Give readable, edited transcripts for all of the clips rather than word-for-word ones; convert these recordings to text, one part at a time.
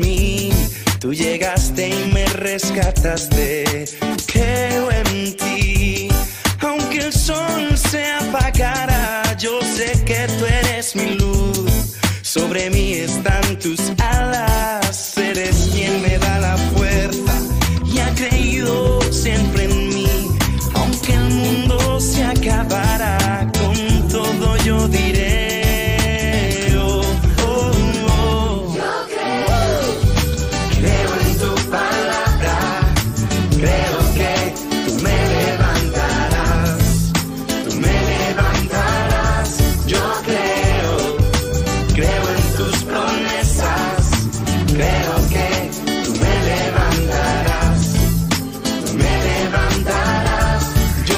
mí. Tú llegaste y me rescataste. Creo en ti. Aunque el sol se apagara, yo sé que tú eres mi luz. Sobre mí están tus alas. Eres quien me da la fuerza y ha creído siempre en mí. Aunque el mundo se acabara, con todo yo diré, oh, oh, oh. Yo creo en tu palabra, creo que tú me levantarás, tú me levantarás. Yo creo en tus promesas, creo que tú me levantarás, tú me levantarás. Yo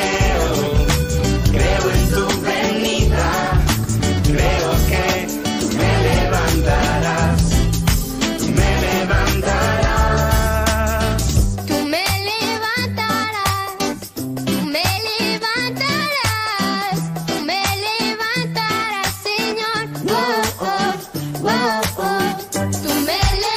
creo en tu venida, creo que tú me levantarás, tú me levantarás. Tú me levantarás, tú me levantarás, tú me levantarás, Señor. Oh, oh, oh, oh. Tú me levantarás.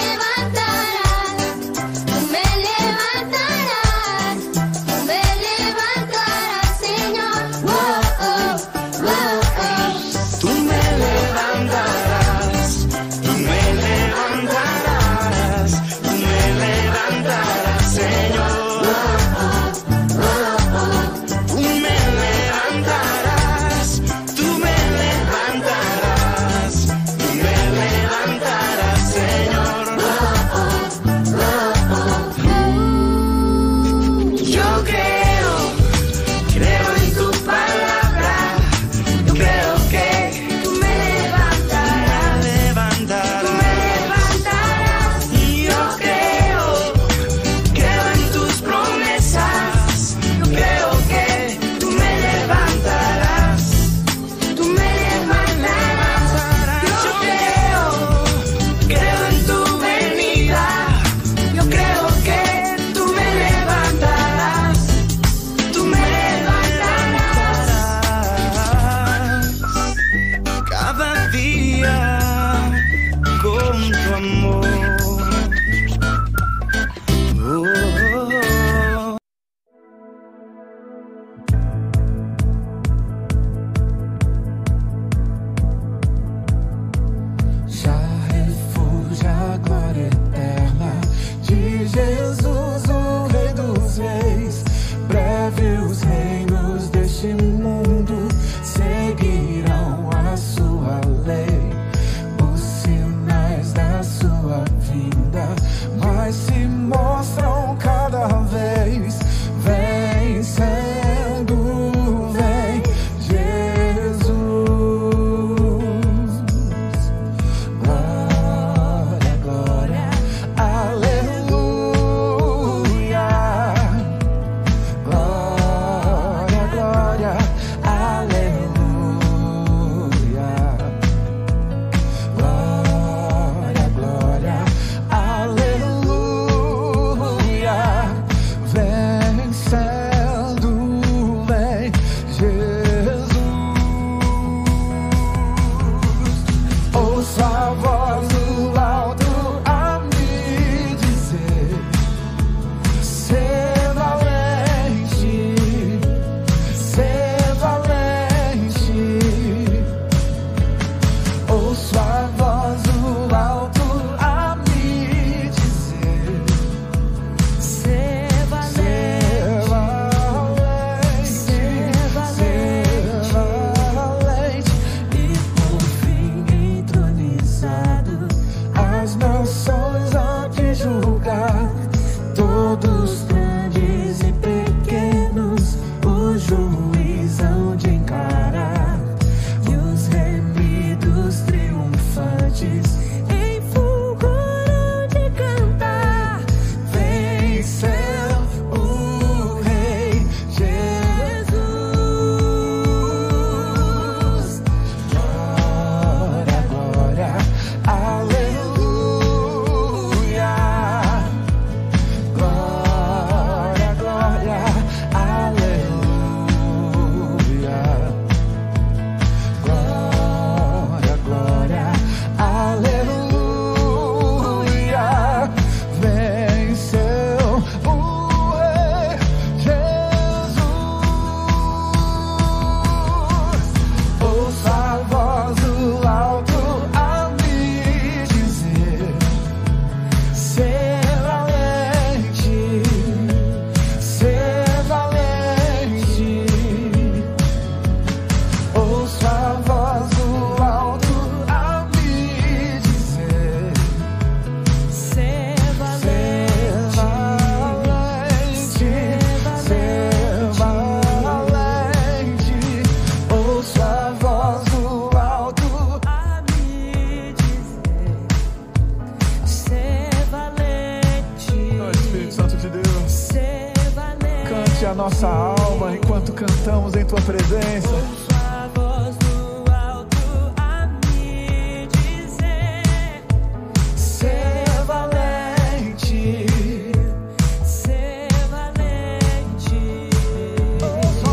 a nossa alma enquanto cantamos em tua presença. Ouço a voz do alto a me dizer: Ser valente, ser valente. ouça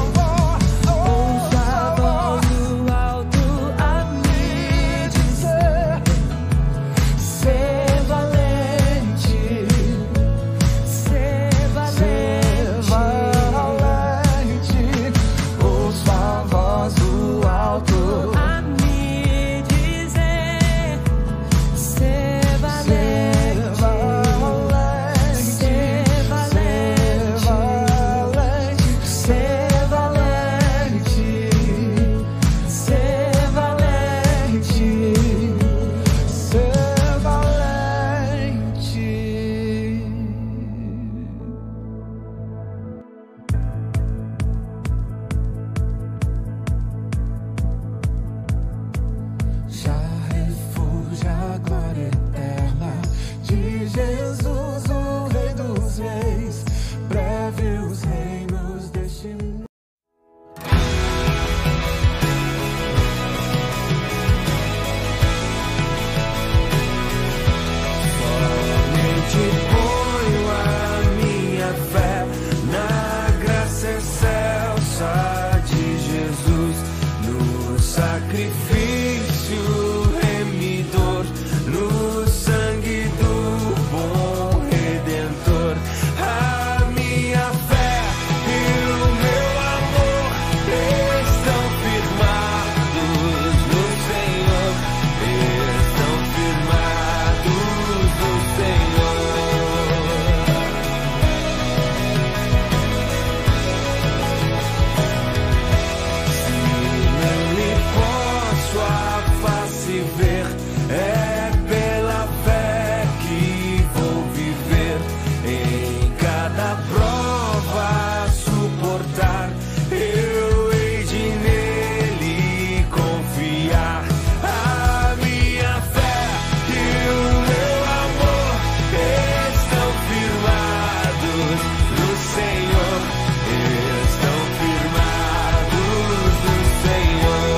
a voz Do alto a me dizer, ser valente, ser valente. ouça a voz do alto, A me dizer: ser valente. Ser valente. ser valente, ser valente, ser valente. Já refúgio a glória eterna de Jesus, o Rei dos Reis, breve os reinos deste mundo. Somente ponho a minha fé na graça excelsa de Jesus, no sacrifício remidor, no sangue do bom Redentor. A minha fé e o meu amor estão firmados no Senhor, estão firmados no Senhor. Não lhe posso a face ver, é pela fé que vou viver. Em cada prova suportar, eu hei de nele confiar. A minha fé e o meu amor estão firmados no Senhor, estão firmados no Senhor.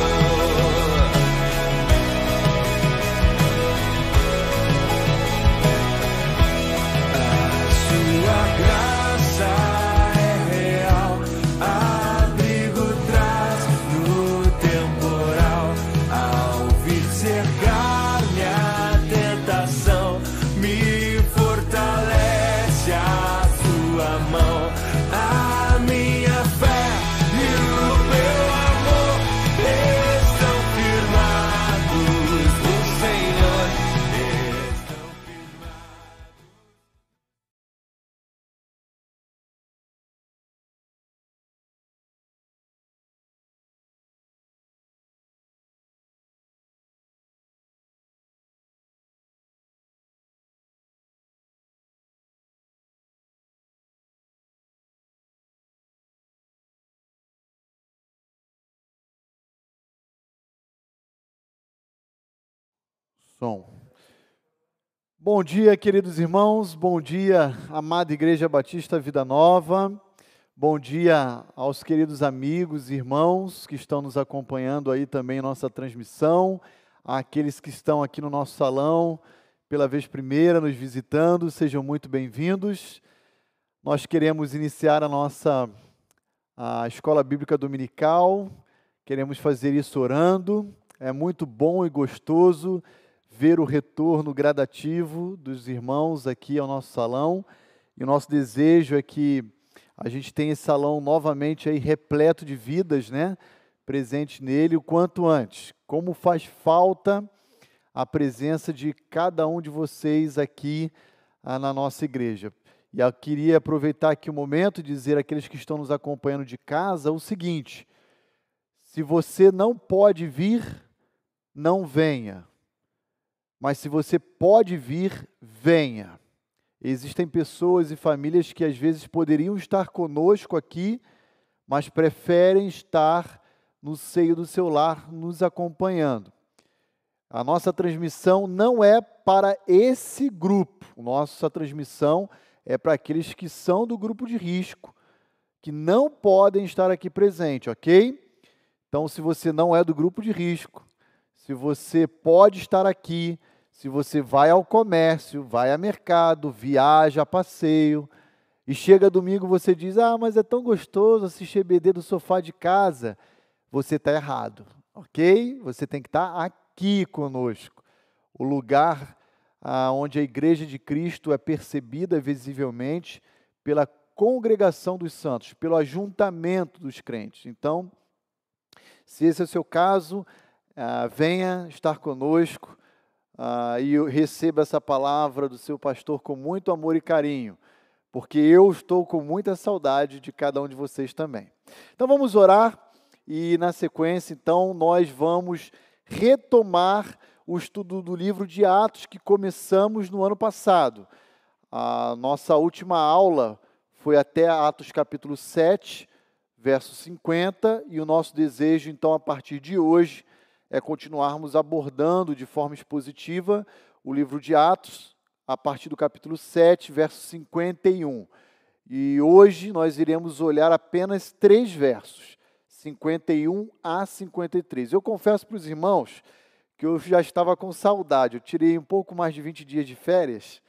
Sua graça é real, abrigo traz no temporal. Ao vir cercar-me a tentação, me fortalece a sua mão. A minha fé e o meu amor estão firmados no Senhor, estão firmados. Som. Bom dia, queridos irmãos, bom dia, amada Igreja Batista Vida Nova, bom dia aos queridos amigos e irmãos que estão nos acompanhando aí também em nossa transmissão, àqueles que estão aqui no nosso salão pela vez primeira nos visitando, sejam muito bem-vindos. Nós queremos iniciar a Escola Bíblica Dominical, queremos fazer isso orando, é muito bom e gostoso ver o retorno gradativo dos irmãos aqui ao nosso salão, e o nosso desejo é que a gente tenha esse salão novamente aí repleto de vidas, né, presente nele o quanto antes. Como faz falta a presença de cada um de vocês aqui na nossa igreja. E eu queria aproveitar aqui o momento e dizer àqueles que estão nos acompanhando de casa o seguinte: se você não pode vir, não venha. Mas se você pode vir, venha. Existem pessoas e famílias que às vezes poderiam estar conosco aqui, mas preferem estar no seio do seu lar, nos acompanhando. A nossa transmissão não é para esse grupo. Nossa transmissão é para aqueles que são do grupo de risco, que não podem estar aqui presentes, ok? Então, se você não é do grupo de risco, se você pode estar aqui, se você vai ao comércio, vai a mercado, viaja a passeio, e chega domingo você diz, mas é tão gostoso assistir EBD do sofá de casa. Você está errado, ok? Você tem que estar aqui conosco. O lugar onde a Igreja de Cristo é percebida visivelmente pela congregação dos santos, pelo ajuntamento dos crentes. Então, se esse é o seu caso, venha estar conosco e receba essa palavra do seu pastor com muito amor e carinho, porque eu estou com muita saudade de cada um de vocês também. Então vamos orar e na sequência, então, nós vamos retomar o estudo do livro de Atos que começamos no ano passado. A nossa última aula foi até Atos capítulo 7, verso 50, e o nosso desejo, então, a partir de hoje, é continuarmos abordando de forma expositiva o livro de Atos, a partir do capítulo 7, verso 51. E hoje nós iremos olhar apenas 3 versos, 51 a 53. Eu confesso para os irmãos que eu já estava com saudade. Eu tirei um pouco mais de 20 dias de férias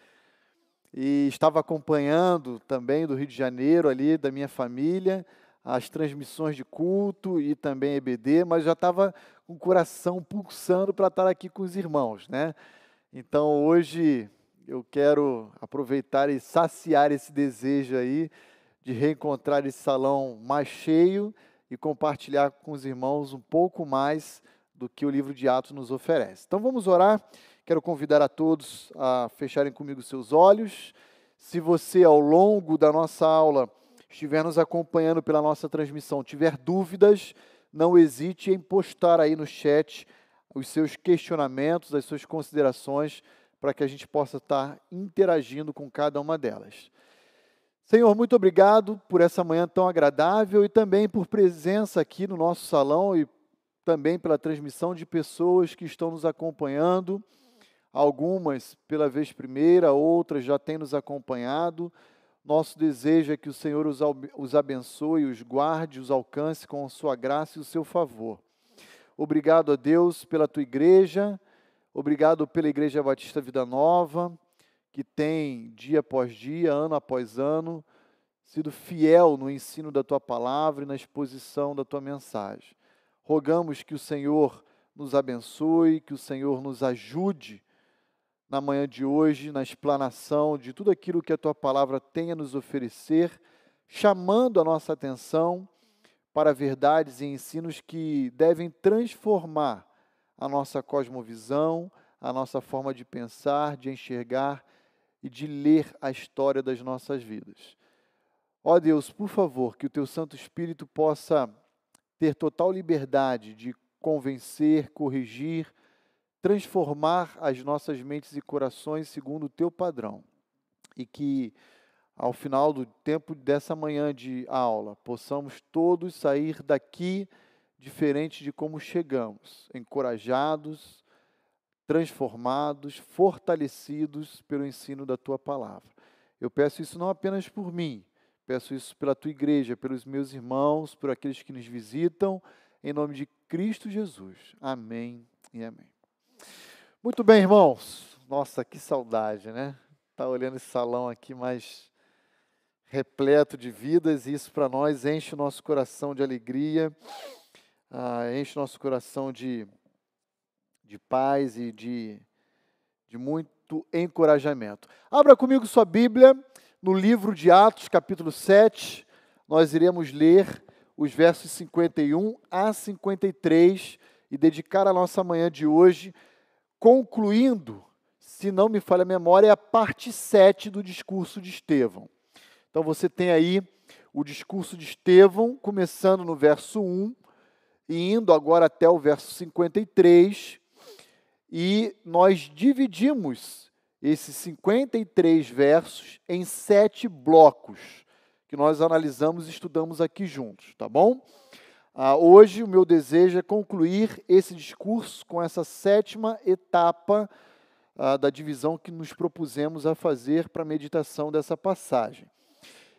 e estava acompanhando também do Rio de Janeiro, ali da minha família, as transmissões de culto e também EBD, mas já estava com o coração pulsando para estar aqui com os irmãos, né? Então hoje eu quero aproveitar e saciar esse desejo aí de reencontrar esse salão mais cheio e compartilhar com os irmãos um pouco mais do que o livro de Atos nos oferece. Então vamos orar. Quero convidar a todos a fecharem comigo seus olhos. Se você, ao longo da nossa aula, estiver nos acompanhando pela nossa transmissão, tiver dúvidas, não hesite em postar aí no chat os seus questionamentos, as suas considerações, para que a gente possa estar interagindo com cada uma delas. Senhor, muito obrigado por essa manhã tão agradável e também por presença aqui no nosso salão e também pela transmissão de pessoas que estão nos acompanhando, algumas pela vez primeira, outras já têm nos acompanhado. Nosso desejo é que o Senhor os abençoe, os guarde, os alcance com a sua graça e o seu favor. Obrigado a Deus pela tua igreja, obrigado pela Igreja Batista Vida Nova, que tem dia após dia, ano após ano, sido fiel no ensino da tua palavra e na exposição da tua mensagem. Rogamos que o Senhor nos abençoe, que o Senhor nos ajude na manhã de hoje, na explanação de tudo aquilo que a tua palavra tem a nos oferecer, chamando a nossa atenção para verdades e ensinos que devem transformar a nossa cosmovisão, a nossa forma de pensar, de enxergar e de ler a história das nossas vidas. Ó Deus, por favor, que o teu Santo Espírito possa ter total liberdade de convencer, corrigir, transformar as nossas mentes e corações segundo o teu padrão. E que, ao final do tempo dessa manhã de aula, possamos todos sair daqui diferente de como chegamos, encorajados, transformados, fortalecidos pelo ensino da tua palavra. Eu peço isso não apenas por mim, peço isso pela tua igreja, pelos meus irmãos, por aqueles que nos visitam, em nome de Cristo Jesus. Amém e amém. Muito bem, irmãos. Nossa, que saudade, né? Tá olhando esse salão aqui mais repleto de vidas, e isso para nós enche o nosso coração de alegria, enche o nosso coração de paz e de muito encorajamento. Abra comigo sua Bíblia no livro de Atos, capítulo 7. Nós iremos ler os versos 51 a 53 e dedicar a nossa manhã de hoje, concluindo, se não me falha a memória, a parte 7 do discurso de Estevão. Então você tem aí o discurso de Estevão, começando no verso 1 e indo agora até o verso 53, e nós dividimos esses 53 versos em 7 blocos, que nós analisamos e estudamos aqui juntos, tá bom? Hoje o meu desejo é concluir esse discurso com essa 7ª etapa da divisão que nos propusemos a fazer para a meditação dessa passagem.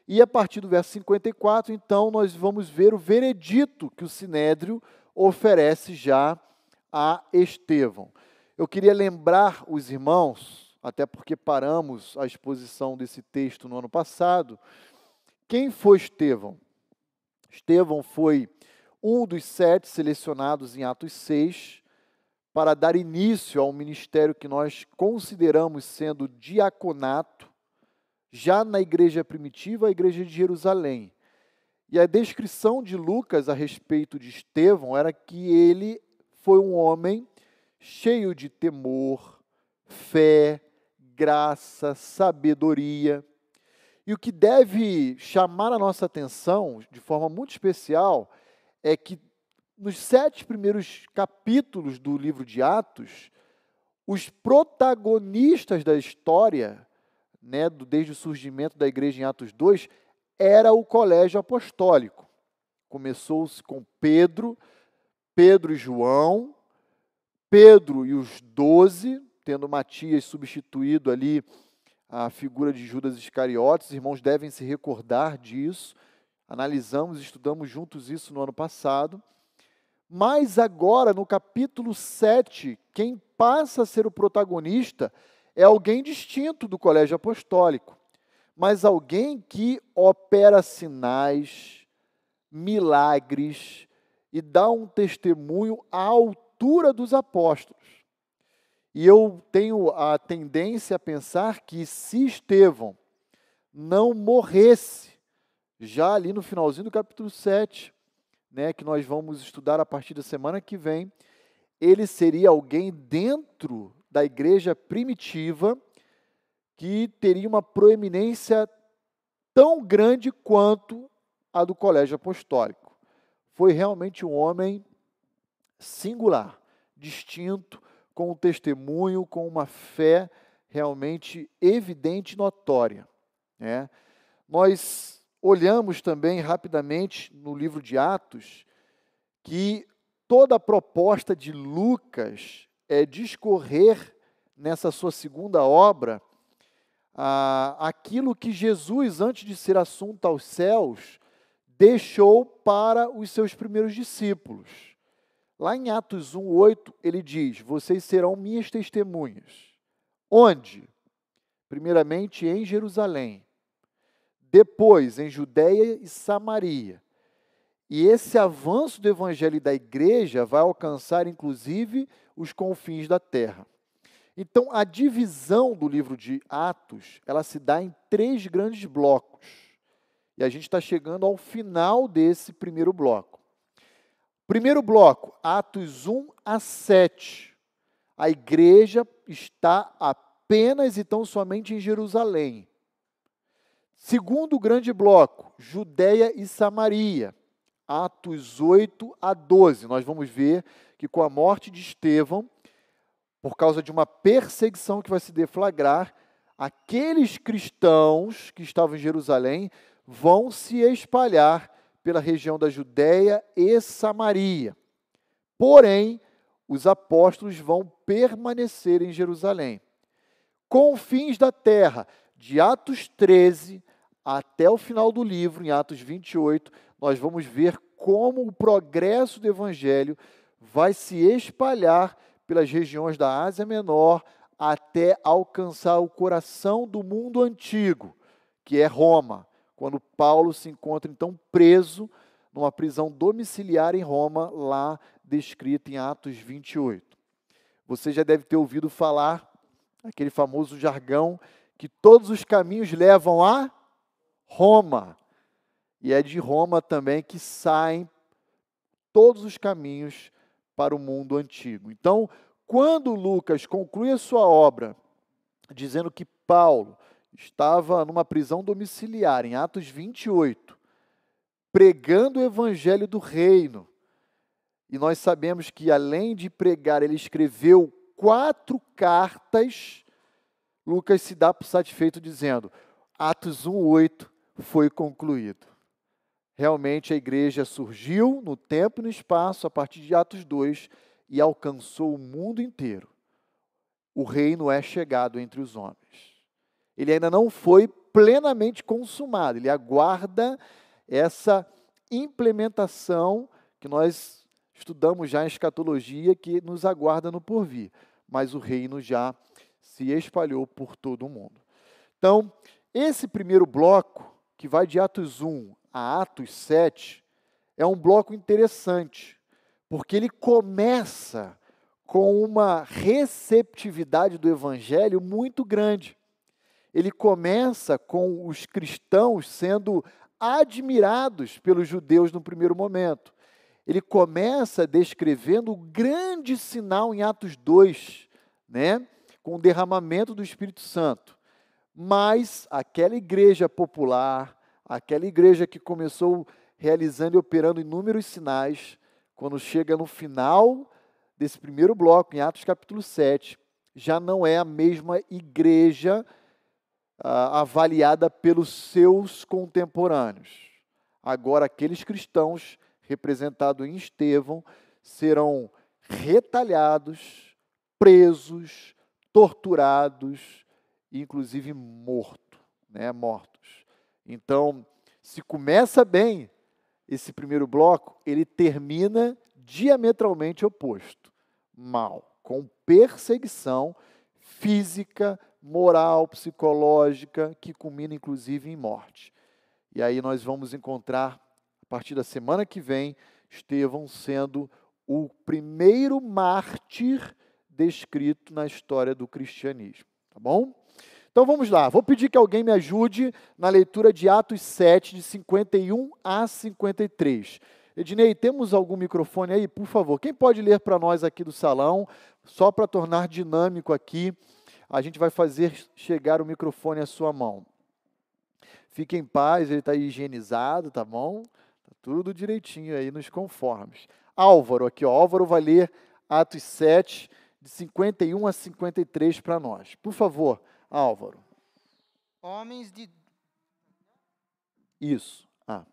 E a partir do verso 54, então, nós vamos ver o veredito que o Sinédrio oferece já a Estevão. Eu queria lembrar os irmãos, até porque paramos a exposição desse texto no ano passado, quem foi Estevão? Estevão foi um dos 7 selecionados em Atos 6 para dar início ao ministério que nós consideramos sendo diaconato, já na igreja primitiva, a igreja de Jerusalém. E a descrição de Lucas a respeito de Estevão era que ele foi um homem cheio de temor, fé, graça, sabedoria. E o que deve chamar a nossa atenção, de forma muito especial, é que nos 7 primeiros capítulos do livro de Atos, os protagonistas da história, desde o surgimento da igreja em Atos 2, era o colégio apostólico. Começou-se com Pedro e João, Pedro e os 12, tendo Matias substituído ali a figura de Judas Iscariotes. Os irmãos devem se recordar disso. Analisamos, estudamos juntos isso no ano passado. Mas agora, no capítulo 7, quem passa a ser o protagonista é alguém distinto do colégio apostólico, mas alguém que opera sinais, milagres e dá um testemunho à altura dos apóstolos. E eu tenho a tendência a pensar que se Estevão não morresse, já ali no finalzinho do capítulo 7, que nós vamos estudar a partir da semana que vem, ele seria alguém dentro da igreja primitiva que teria uma proeminência tão grande quanto a do colégio apostólico. Foi realmente um homem singular, distinto, com um testemunho, com uma fé realmente evidente e notória. Nós olhamos também rapidamente no livro de Atos que toda a proposta de Lucas é discorrer nessa sua segunda obra aquilo que Jesus, antes de ser assunto aos céus, deixou para os seus primeiros discípulos. Lá em Atos 1:8, ele diz: vocês serão minhas testemunhas. Onde? Primeiramente em Jerusalém, depois em Judeia e Samaria. E esse avanço do evangelho e da igreja vai alcançar, inclusive, os confins da terra. Então, a divisão do livro de Atos, ela se dá em 3 grandes blocos. E a gente está chegando ao final desse primeiro bloco. Primeiro bloco, Atos 1 a 7. A igreja está apenas e tão somente em Jerusalém. Segundo grande bloco, Judeia e Samaria. Atos 8 a 12. Nós vamos ver que com a morte de Estevão, por causa de uma perseguição que vai se deflagrar, aqueles cristãos que estavam em Jerusalém vão se espalhar pela região da Judeia e Samaria. Porém, os apóstolos vão permanecer em Jerusalém. Confins da terra, de Atos 13 até o final do livro, em Atos 28, nós vamos ver como o progresso do evangelho vai se espalhar pelas regiões da Ásia Menor até alcançar o coração do mundo antigo, que é Roma, quando Paulo se encontra então preso numa prisão domiciliar em Roma, lá descrita em Atos 28. Você já deve ter ouvido falar aquele famoso jargão que todos os caminhos levam a Roma. E é de Roma também que saem todos os caminhos para o mundo antigo. Então, quando Lucas conclui a sua obra, dizendo que Paulo estava numa prisão domiciliar, em Atos 28, pregando o evangelho do reino, e nós sabemos que, além de pregar, ele escreveu 4 cartas, Lucas se dá por satisfeito dizendo: Atos 1:8 foi concluído. Realmente a igreja surgiu no tempo e no espaço a partir de Atos 2 e alcançou o mundo inteiro. O reino é chegado entre os homens. ele ainda não foi plenamente consumado, ele aguarda essa implementação que nós estudamos já em escatologia, que nos aguarda no porvir, mas o reino já se espalhou por todo o mundo. Então, esse primeiro bloco, que vai de Atos 1 a Atos 7, é um bloco interessante, porque ele começa com uma receptividade do evangelho muito grande. Ele começa com os cristãos sendo admirados pelos judeus no primeiro momento. Ele começa descrevendo o grande sinal em Atos 2, né, com o derramamento do Espírito Santo. Mas aquela igreja popular, aquela igreja que começou realizando e operando inúmeros sinais, quando chega no final desse primeiro bloco, em Atos capítulo 7, já não é a mesma igreja avaliada pelos seus contemporâneos. Agora, aqueles cristãos representados em Estevão serão retalhados, presos, torturados e, inclusive, mortos. Então, se começa bem esse primeiro bloco, ele termina diametralmente oposto, mal, com perseguição física, moral, psicológica, que culmina inclusive em morte. E aí nós vamos encontrar, a partir da semana que vem, Estevão sendo o primeiro mártir descrito na história do cristianismo, tá bom? Então vamos lá, vou pedir que alguém me ajude na leitura de Atos 7, de 51 a 53. Ednei, temos algum microfone aí, por favor? Quem pode ler para nós aqui do salão, só para tornar dinâmico aqui, a gente vai fazer chegar o microfone à sua mão. Fique em paz, ele está higienizado, tá bom? Está tudo direitinho aí nos conformes. Álvaro, aqui, ó, Álvaro vai ler Atos 7, de 51 a 53 para nós. Por favor, Álvaro. Isso.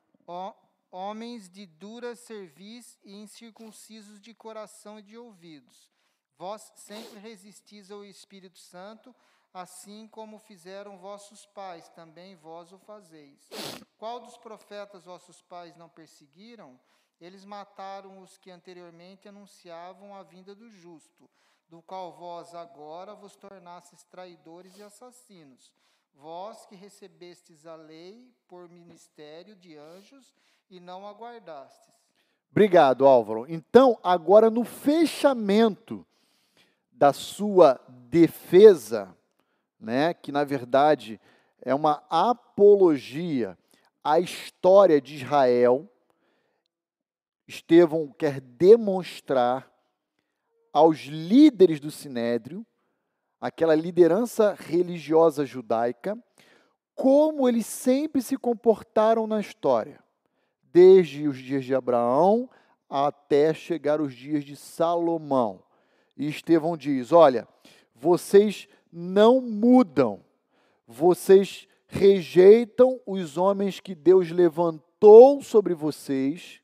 Homens de dura cerviz e incircuncisos de coração e de ouvidos. Vós sempre resistis ao Espírito Santo, assim como fizeram vossos pais, também vós o fazeis. Qual dos profetas vossos pais não perseguiram? Eles mataram os que anteriormente anunciavam a vinda do justo, do qual vós agora vos tornastes traidores e assassinos. Vós que recebestes a lei por ministério de anjos e não aguardastes. Obrigado, Álvaro. Então, agora no fechamento da sua defesa, né, que na verdade é uma apologia à história de Israel, Estevão quer demonstrar aos líderes do Sinédrio, aquela liderança religiosa judaica, como eles sempre se comportaram na história, desde os dias de Abraão até chegar os dias de Salomão. E Estevão diz, olha, vocês não mudam, vocês rejeitam os homens que Deus levantou sobre vocês,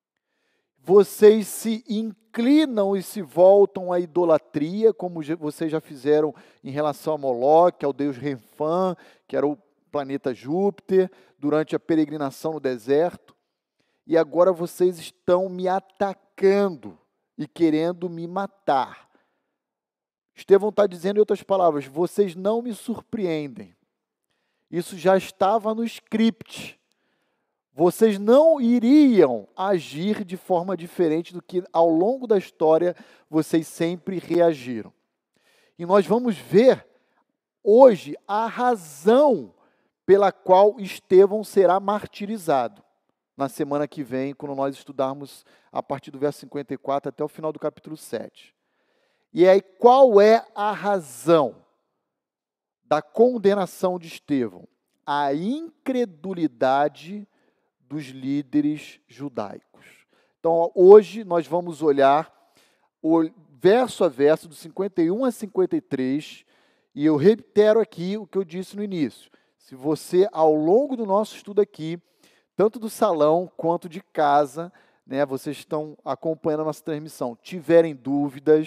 vocês se inclinam e se voltam à idolatria, como vocês já fizeram em relação a Moloque, ao deus Renfã, que era o planeta Júpiter, durante a peregrinação no deserto. E agora vocês estão me atacando e querendo me matar. Estevão está dizendo, em outras palavras, vocês não me surpreendem. Isso já estava no script. Vocês não iriam agir de forma diferente do que ao longo da história vocês sempre reagiram. E nós vamos ver hoje a razão pela qual Estevão será martirizado na semana que vem, quando nós estudarmos a partir do verso 54 até o final do capítulo 7. E aí, qual é a razão da condenação de Estevão? A incredulidade dos líderes judaicos. Então, hoje nós vamos olhar o verso a verso, do 51 a 53, e eu reitero aqui o que eu disse no início. Se você, ao longo do nosso estudo aqui, tanto do salão quanto de casa, né, vocês estão acompanhando a nossa transmissão, tiverem dúvidas,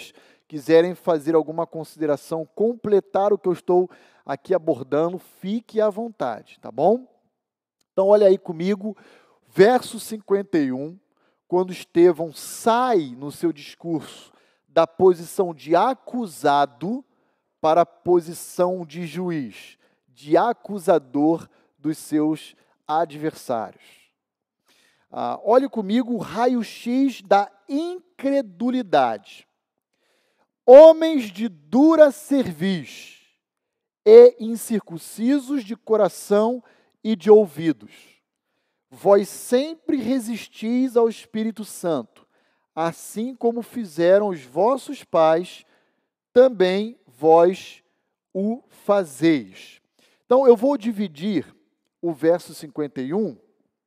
quiserem fazer alguma consideração, completar o que eu estou aqui abordando, fique à vontade, tá bom? Então, olha aí comigo, verso 51, quando Estevão sai no seu discurso da posição de acusado para a posição de juiz, de acusador dos seus adversários. Olhe comigo o raio-x da incredulidade. Homens de dura cerviz e incircuncisos de coração e de ouvidos, vós sempre resistis ao Espírito Santo, assim como fizeram os vossos pais, também vós o fazeis. Então, eu vou dividir o verso 51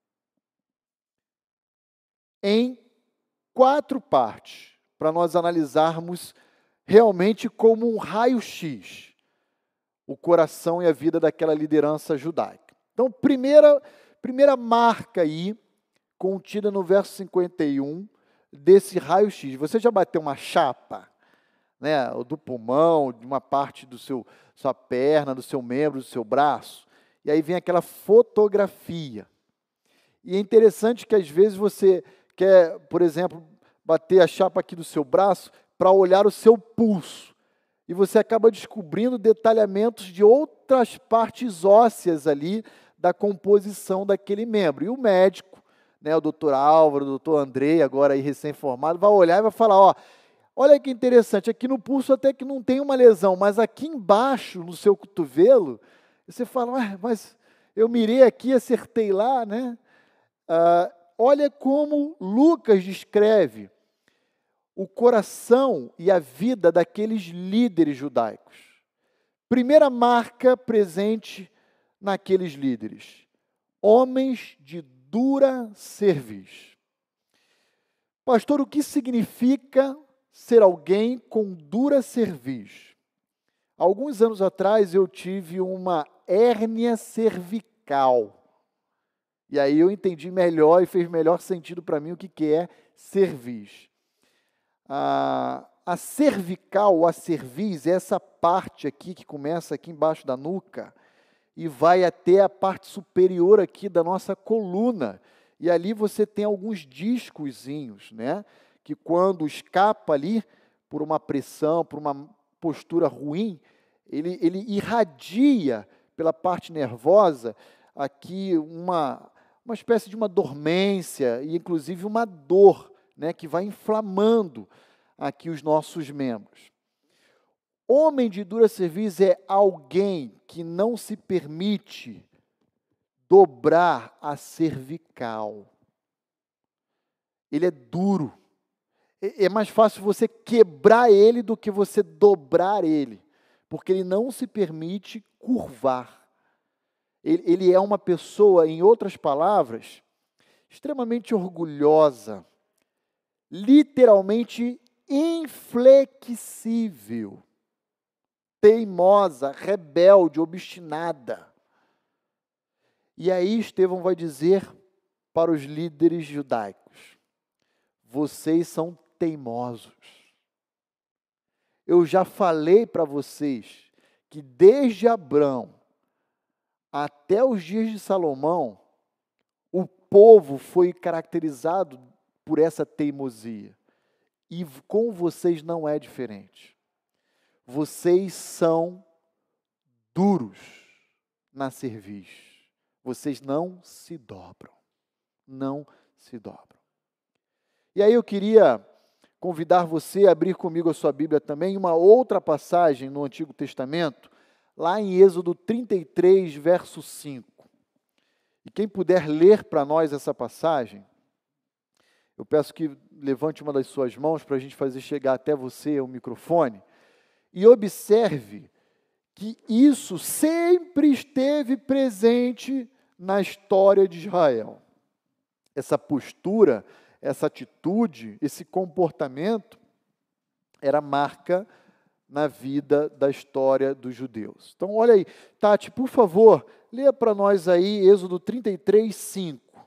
em 4 partes, para nós analisarmos realmente como um raio-x o coração e a vida daquela liderança judaica. Então, primeira marca aí, contida no verso 51, desse raio-x. Você já bateu uma chapa, né, do pulmão, de uma parte do sua perna, do seu membro, do seu braço, e aí vem aquela fotografia. E é interessante que às vezes você quer, por exemplo, bater a chapa aqui do seu braço para olhar o seu pulso. E você acaba descobrindo detalhamentos de outras partes ósseas ali da composição daquele membro. E o médico, né, o doutor Álvaro, o doutor Andrei, agora aí recém-formado, vai olhar e vai falar, olha que interessante, aqui no pulso até que não tem uma lesão, mas aqui embaixo, no seu cotovelo, você fala, mas eu mirei aqui, acertei lá, né? Olha como Lucas descreve o coração e a vida daqueles líderes judaicos. Primeira marca presente naqueles líderes: homens de dura cerviz. Pastor, o que significa ser alguém com dura cerviz? Alguns anos atrás eu tive uma hérnia cervical. E aí eu entendi melhor e fez melhor sentido para mim o que é cerviz. A cervical, a cerviz, é essa parte aqui que começa aqui embaixo da nuca e vai até a parte superior aqui da nossa coluna. E ali você tem alguns discozinhos, né? Que quando escapa ali, por uma pressão, por uma postura ruim, ele irradia pela parte nervosa aqui uma espécie de uma dormência e inclusive uma dor, né, que vai inflamando aqui os nossos membros. Homem de dura cerviz é alguém que não se permite dobrar a cervical. Ele é duro. É mais fácil você quebrar ele do que você dobrar ele, porque ele não se permite curvar. Ele é uma pessoa, em outras palavras, extremamente orgulhosa, literalmente inflexível, teimosa, rebelde, obstinada. E aí Estevão vai dizer para os líderes judaicos: vocês são teimosos. Eu já falei para vocês que desde Abrão até os dias de Salomão, o povo foi caracterizado por essa teimosia. E com vocês não é diferente. Vocês são duros na cerviz. Vocês não se dobram. Não se dobram. E aí eu queria convidar você a abrir comigo a sua Bíblia também, uma outra passagem no Antigo Testamento, lá em Êxodo 33, verso 5. E quem puder ler para nós essa passagem, eu peço que levante uma das suas mãos para a gente fazer chegar até você o microfone, e observe que isso sempre esteve presente na história de Israel. Essa postura, essa atitude, esse comportamento era marca na vida da história dos judeus. Então, olha aí, Tati, por favor, leia para nós aí Êxodo 33, 5.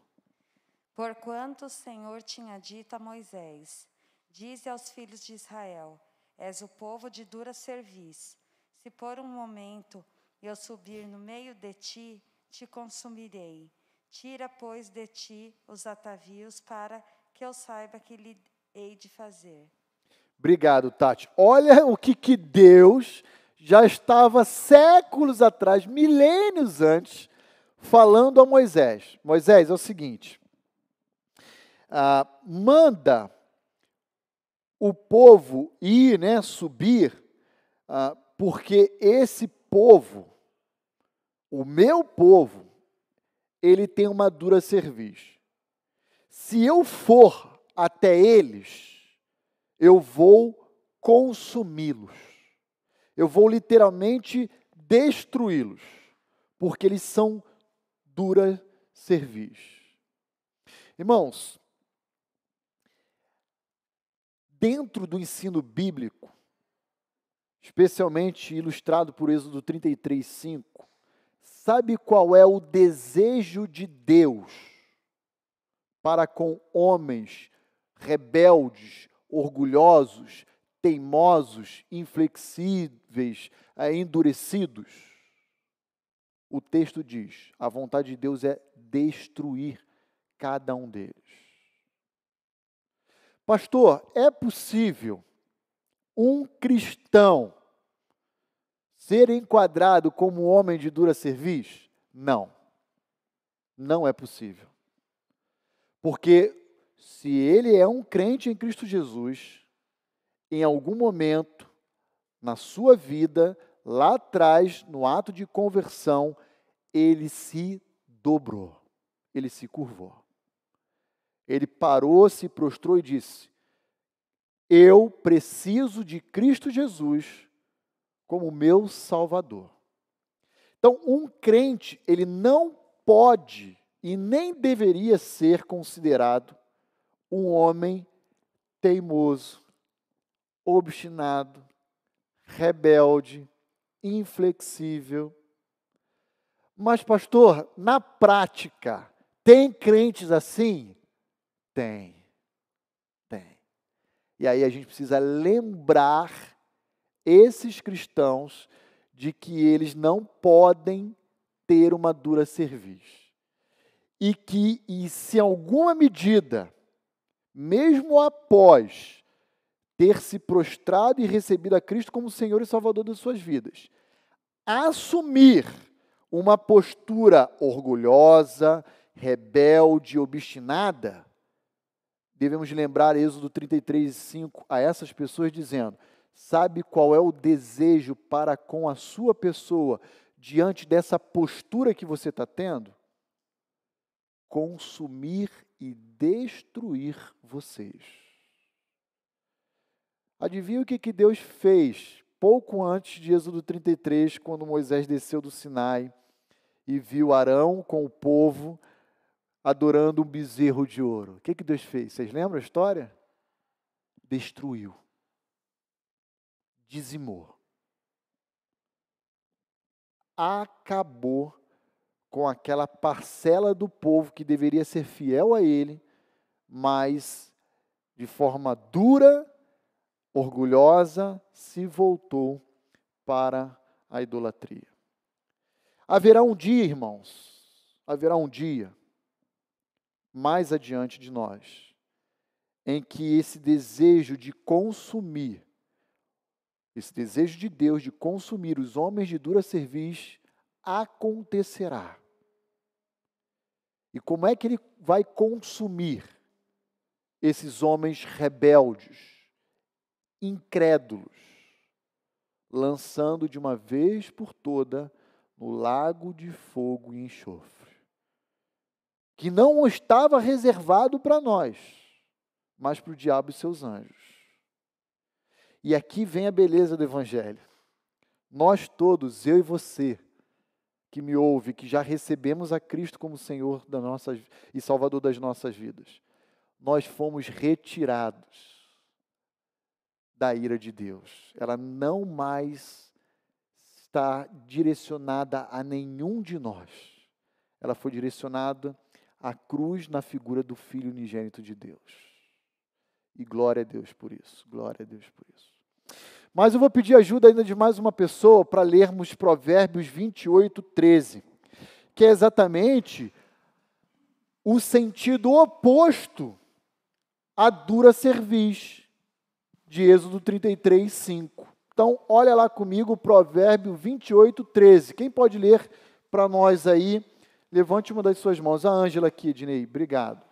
Porquanto o Senhor tinha dito a Moisés: dize aos filhos de Israel: És o povo de dura cerviz. Se por um momento eu subir no meio de ti, te consumirei. Tira, pois, de ti os atavios para que eu saiba que lhe hei de fazer. Obrigado, Tati. Olha o que Deus já estava séculos atrás, milênios antes, falando a Moisés. Moisés, é o seguinte, manda o povo ir, subir, porque esse povo, o meu povo, ele tem uma dura cerviz. Se eu for até eles, eu vou consumi-los. Eu vou literalmente destruí-los, porque eles são dura cerviz. Irmãos, dentro do ensino bíblico, especialmente ilustrado por Êxodo 33:5, sabe qual é o desejo de Deus para com homens rebeldes, orgulhosos, teimosos, inflexíveis, endurecidos? O texto diz, a vontade de Deus é destruir cada um deles. Pastor, é possível um cristão ser enquadrado como homem de dura cerviz? Não. Não é possível. Porque se ele é um crente em Cristo Jesus, em algum momento na sua vida, lá atrás, no ato de conversão, ele se dobrou, ele se curvou. Ele parou, se prostrou e disse: eu preciso de Cristo Jesus como meu Salvador. Então, um crente, ele não pode e nem deveria ser considerado um homem teimoso, obstinado, rebelde, inflexível. Mas, pastor, na prática, tem crentes assim? Tem. E aí a gente precisa lembrar esses cristãos de que eles não podem ter uma dura cerviz. E se em alguma medida, mesmo após ter se prostrado e recebido a Cristo como Senhor e Salvador das suas vidas, assumir uma postura orgulhosa, rebelde, obstinada, devemos lembrar Êxodo 33:5 a essas pessoas dizendo: sabe qual é o desejo para com a sua pessoa diante dessa postura que você está tendo? Consumir e destruir vocês. Adivinha o que Deus fez pouco antes de Êxodo 33, quando Moisés desceu do Sinai e viu Arão com o povo adorando um bezerro de ouro? O que Deus fez? Vocês lembram a história? Destruiu. Dizimou. Acabou com aquela parcela do povo que deveria ser fiel a ele, mas de forma dura, orgulhosa, se voltou para a idolatria. Haverá um dia, irmãos, mais adiante de nós, em que esse desejo de consumir, esse desejo de Deus de consumir os homens de dura cerviz acontecerá. E como é que ele vai consumir esses homens rebeldes, incrédulos, lançando de uma vez por toda no lago de fogo e enxofre, que não estava reservado para nós, mas para o diabo e seus anjos. E aqui vem a beleza do Evangelho. Nós todos, eu e você, que me ouve, que já recebemos a Cristo como Senhor da nossa, e Salvador das nossas vidas, nós fomos retirados da ira de Deus. Ela não mais está direcionada a nenhum de nós. Ela foi direcionada à cruz na figura do Filho unigênito de Deus. E glória a Deus por isso, glória a Deus por isso. Mas eu vou pedir ajuda ainda de mais uma pessoa para lermos Provérbios 28:13, que é exatamente o sentido oposto à dura cerviz de Êxodo 33:5. Então, olha lá comigo, Provérbio 28:13. Quem pode ler para nós aí? Levante uma das suas mãos. A Ângela aqui, Ednei. Obrigado.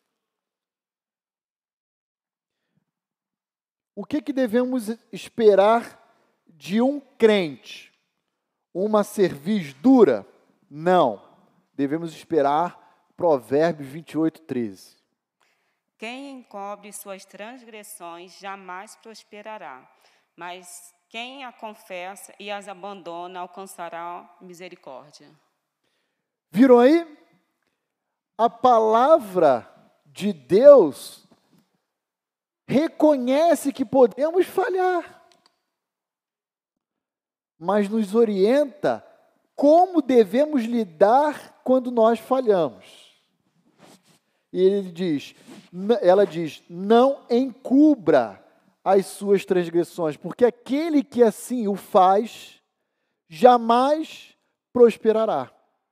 O que devemos esperar de um crente? Uma cerviz dura? Não. Devemos esperar Provérbios 28:13. Quem encobre suas transgressões jamais prosperará, mas quem a confessa e as abandona alcançará misericórdia. Viram aí? A palavra de Deus reconhece que podemos falhar, mas nos orienta como devemos lidar quando nós falhamos. E ela diz, não encubra as suas transgressões, porque aquele que assim o faz, jamais prosperará.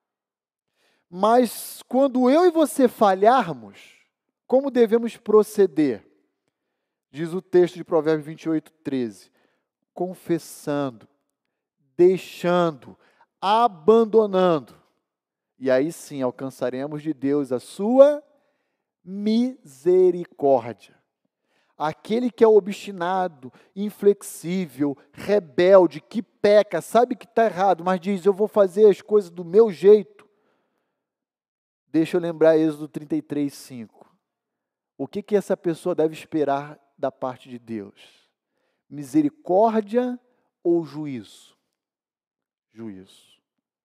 Mas quando eu e você falharmos, como devemos proceder? Diz o texto de Provérbios 28:13, confessando, deixando, abandonando. E aí sim alcançaremos de Deus a sua misericórdia. Aquele que é obstinado, inflexível, rebelde, que peca, sabe que está errado, mas diz, eu vou fazer as coisas do meu jeito. Deixa eu lembrar Êxodo 33:5. O que essa pessoa deve esperar da parte de Deus? Misericórdia ou juízo? Juízo.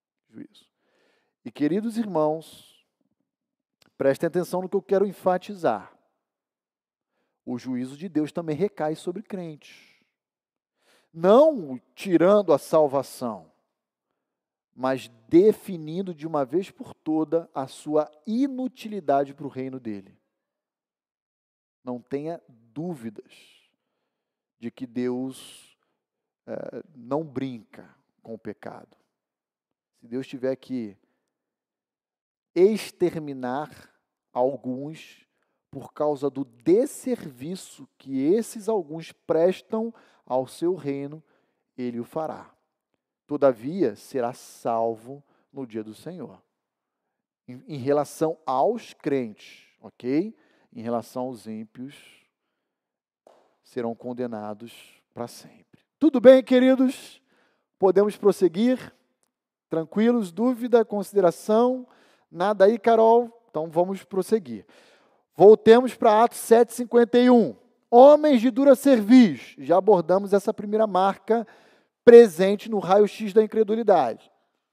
E queridos irmãos, prestem atenção no que eu quero enfatizar. O juízo de Deus também recai sobre crentes. Não tirando a salvação, mas definindo de uma vez por toda a sua inutilidade para o reino dele. Não tenha dúvidas de que Deus não brinca com o pecado. Se Deus tiver que exterminar alguns por causa do desserviço que esses alguns prestam ao seu reino, ele o fará. Todavia, será salvo no dia do Senhor. Em relação aos crentes, ok? Em relação aos ímpios, serão condenados para sempre. Tudo bem, queridos? Podemos prosseguir? Tranquilos? Dúvida, consideração? Nada aí, Carol? Então vamos prosseguir. Voltemos para Atos 7:51. Homens de dura cerviz. Já abordamos essa primeira marca presente no raio-x da incredulidade.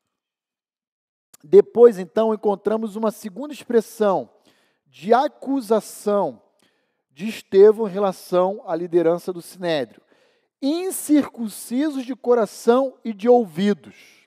Depois, então, encontramos uma segunda expressão de acusação de Estevão em relação à liderança do Sinédrio. Incircuncisos de coração e de ouvidos.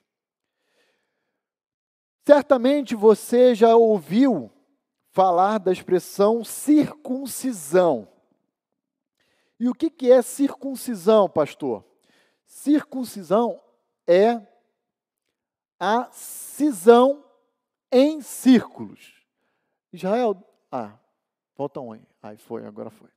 Certamente você já ouviu falar da expressão circuncisão. E o que é circuncisão, pastor? Circuncisão é a cisão em círculos. Israel, falta um aí. Agora foi.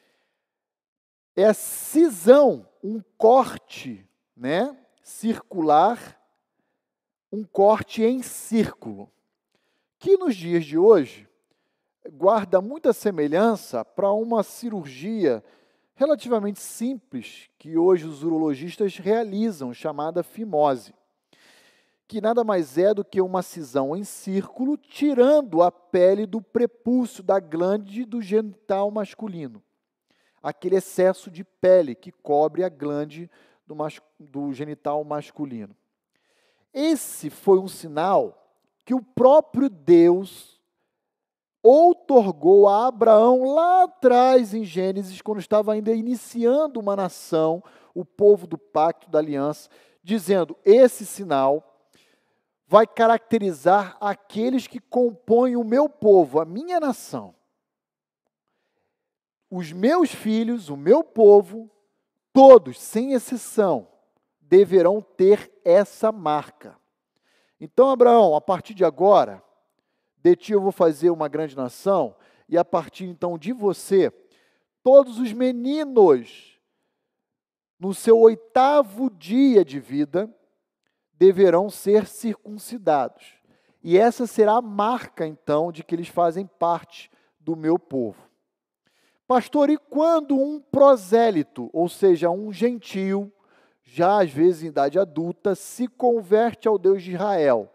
É a cisão, um corte, né, circular, um corte em círculo, que nos dias de hoje guarda muita semelhança para uma cirurgia relativamente simples que hoje os urologistas realizam, chamada fimose, que nada mais é do que uma cisão em círculo, tirando a pele do prepúcio, da glande do genital masculino. Aquele excesso de pele que cobre a glande do genital masculino. Esse foi um sinal que o próprio Deus outorgou a Abraão lá atrás em Gênesis, quando estava ainda iniciando uma nação, o povo do pacto da aliança, dizendo, esse sinal vai caracterizar aqueles que compõem o meu povo, a minha nação. Os meus filhos, o meu povo, todos, sem exceção, deverão ter essa marca. Então, Abraão, a partir de agora, de ti eu vou fazer uma grande nação, e a partir então de você, todos os meninos, no seu 8º dia de vida, deverão ser circuncidados. E essa será a marca, então, de que eles fazem parte do meu povo. Pastor, e quando um prosélito, ou seja, um gentio, já às vezes em idade adulta, se converte ao Deus de Israel?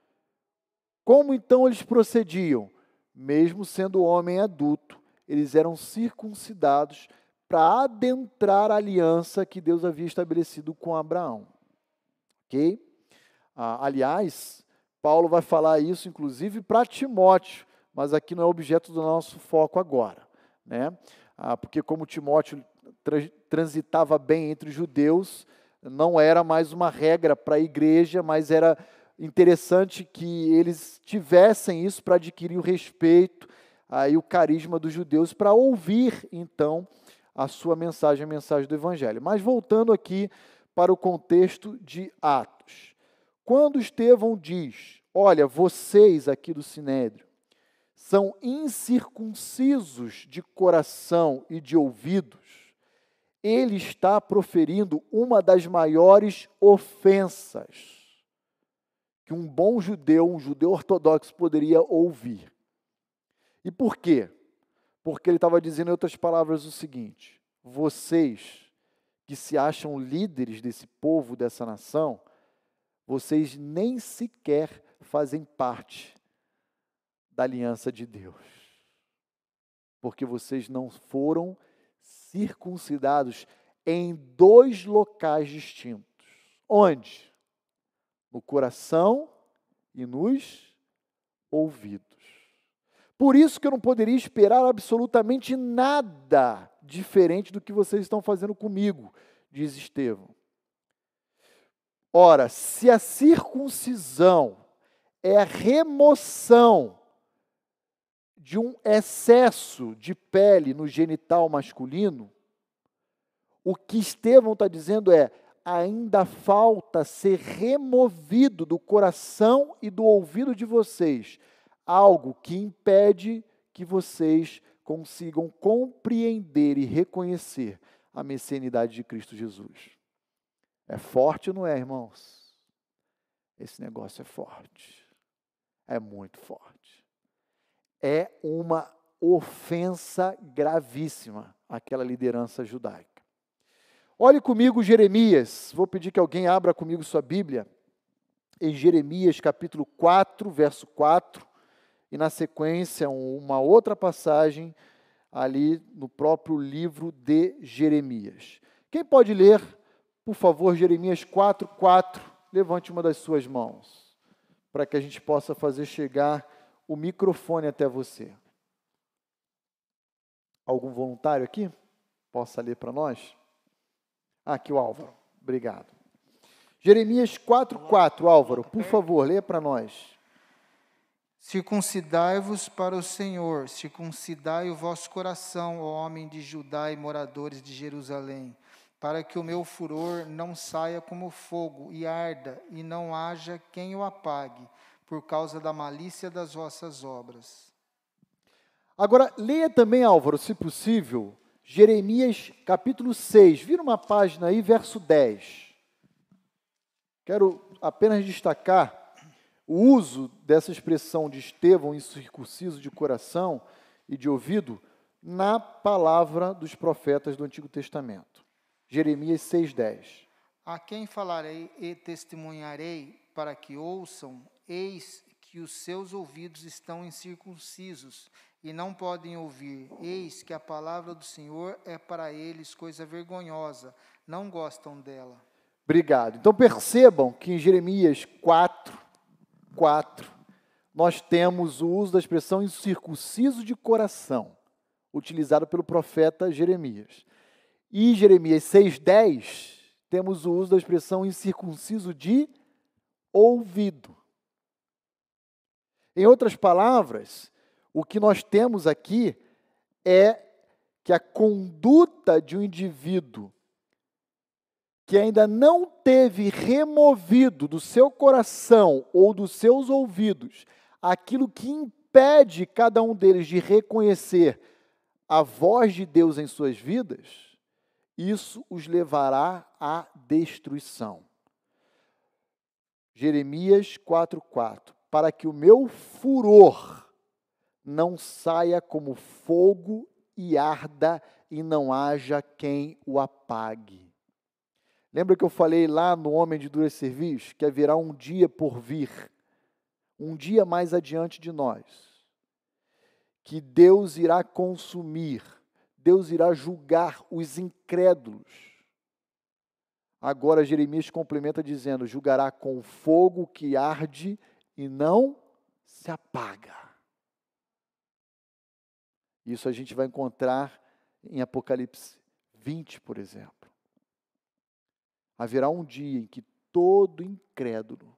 Como então eles procediam? Mesmo sendo homem adulto, eles eram circuncidados para adentrar a aliança que Deus havia estabelecido com Abraão. Ok? Aliás, Paulo vai falar isso, inclusive, para Timóteo, mas aqui não é objeto do nosso foco agora, né? Porque como Timóteo transitava bem entre os judeus, não era mais uma regra para a igreja, mas era interessante que eles tivessem isso para adquirir o respeito e o carisma dos judeus, para ouvir, então, a sua mensagem, a mensagem do Evangelho. Mas voltando aqui para o contexto de Atos. Quando Estevão diz, olha, vocês aqui do Sinédrio são incircuncisos de coração e de ouvidos, ele está proferindo uma das maiores ofensas que um bom judeu, um judeu ortodoxo poderia ouvir. E por quê? Porque ele estava dizendo, em outras palavras, o seguinte: vocês que se acham líderes desse povo, dessa nação, vocês nem sequer fazem parte da aliança de Deus, porque vocês não foram circuncidados em 2 locais distintos. Onde? No coração e nos ouvidos. Por isso que eu não poderia esperar absolutamente nada diferente do que vocês estão fazendo comigo, diz Estevão. Ora, se a circuncisão é a remoção de um excesso de pele no genital masculino, o que Estevão está dizendo é, ainda falta ser removido do coração e do ouvido de vocês algo que impede que vocês consigam compreender e reconhecer a messianidade de Cristo Jesus. É forte ou não é, irmãos? Esse negócio é forte. É muito forte. É uma ofensa gravíssima àquela liderança judaica. Olhe comigo Jeremias. Vou pedir que alguém abra comigo sua Bíblia. Em Jeremias capítulo 4, verso 4. E na sequência, uma outra passagem ali no próprio livro de Jeremias. Quem pode ler, por favor, Jeremias 4, 4? Levante uma das suas mãos, para que a gente possa fazer chegar o microfone até você. Algum voluntário aqui? Possa ler para nós? Aqui o Álvaro, obrigado. Jeremias 4, 4, Álvaro, por favor, leia para nós. Circuncidai-vos para o Senhor, circuncidai o vosso coração, ó homem de Judá e moradores de Jerusalém, para que o meu furor não saia como fogo e arda, e não haja quem o apague, por causa da malícia das vossas obras. Agora, leia também, Álvaro, se possível, Jeremias capítulo 6, vira uma página aí, verso 10. Quero apenas destacar o uso dessa expressão de Estevão, incircunciso de coração e de ouvido, na palavra dos profetas do Antigo Testamento. Jeremias 6,10. A quem falarei e testemunharei para que ouçam, eis que os seus ouvidos estão incircuncisos e não podem ouvir. Eis que a palavra do Senhor é para eles coisa vergonhosa, não gostam dela. Obrigado. Então percebam que em Jeremias 4, nós temos o uso da expressão incircunciso de coração, utilizado pelo profeta Jeremias. E em Jeremias 6,10, temos o uso da expressão incircunciso de ouvido. Em outras palavras, o que nós temos aqui é que a conduta de um indivíduo que ainda não teve removido do seu coração ou dos seus ouvidos aquilo que impede cada um deles de reconhecer a voz de Deus em suas vidas, isso os levará à destruição. Jeremias 4:4, para que o meu furor não saia como fogo e arda e não haja quem o apague. Lembra que eu falei lá no Homem de Dura Cerviz que haverá um dia por vir, um dia mais adiante de nós, que Deus irá consumir, Deus irá julgar os incrédulos. Agora Jeremias complementa dizendo, julgará com fogo que arde e não se apaga. Isso a gente vai encontrar em Apocalipse 20, por exemplo. Haverá um dia em que todo incrédulo,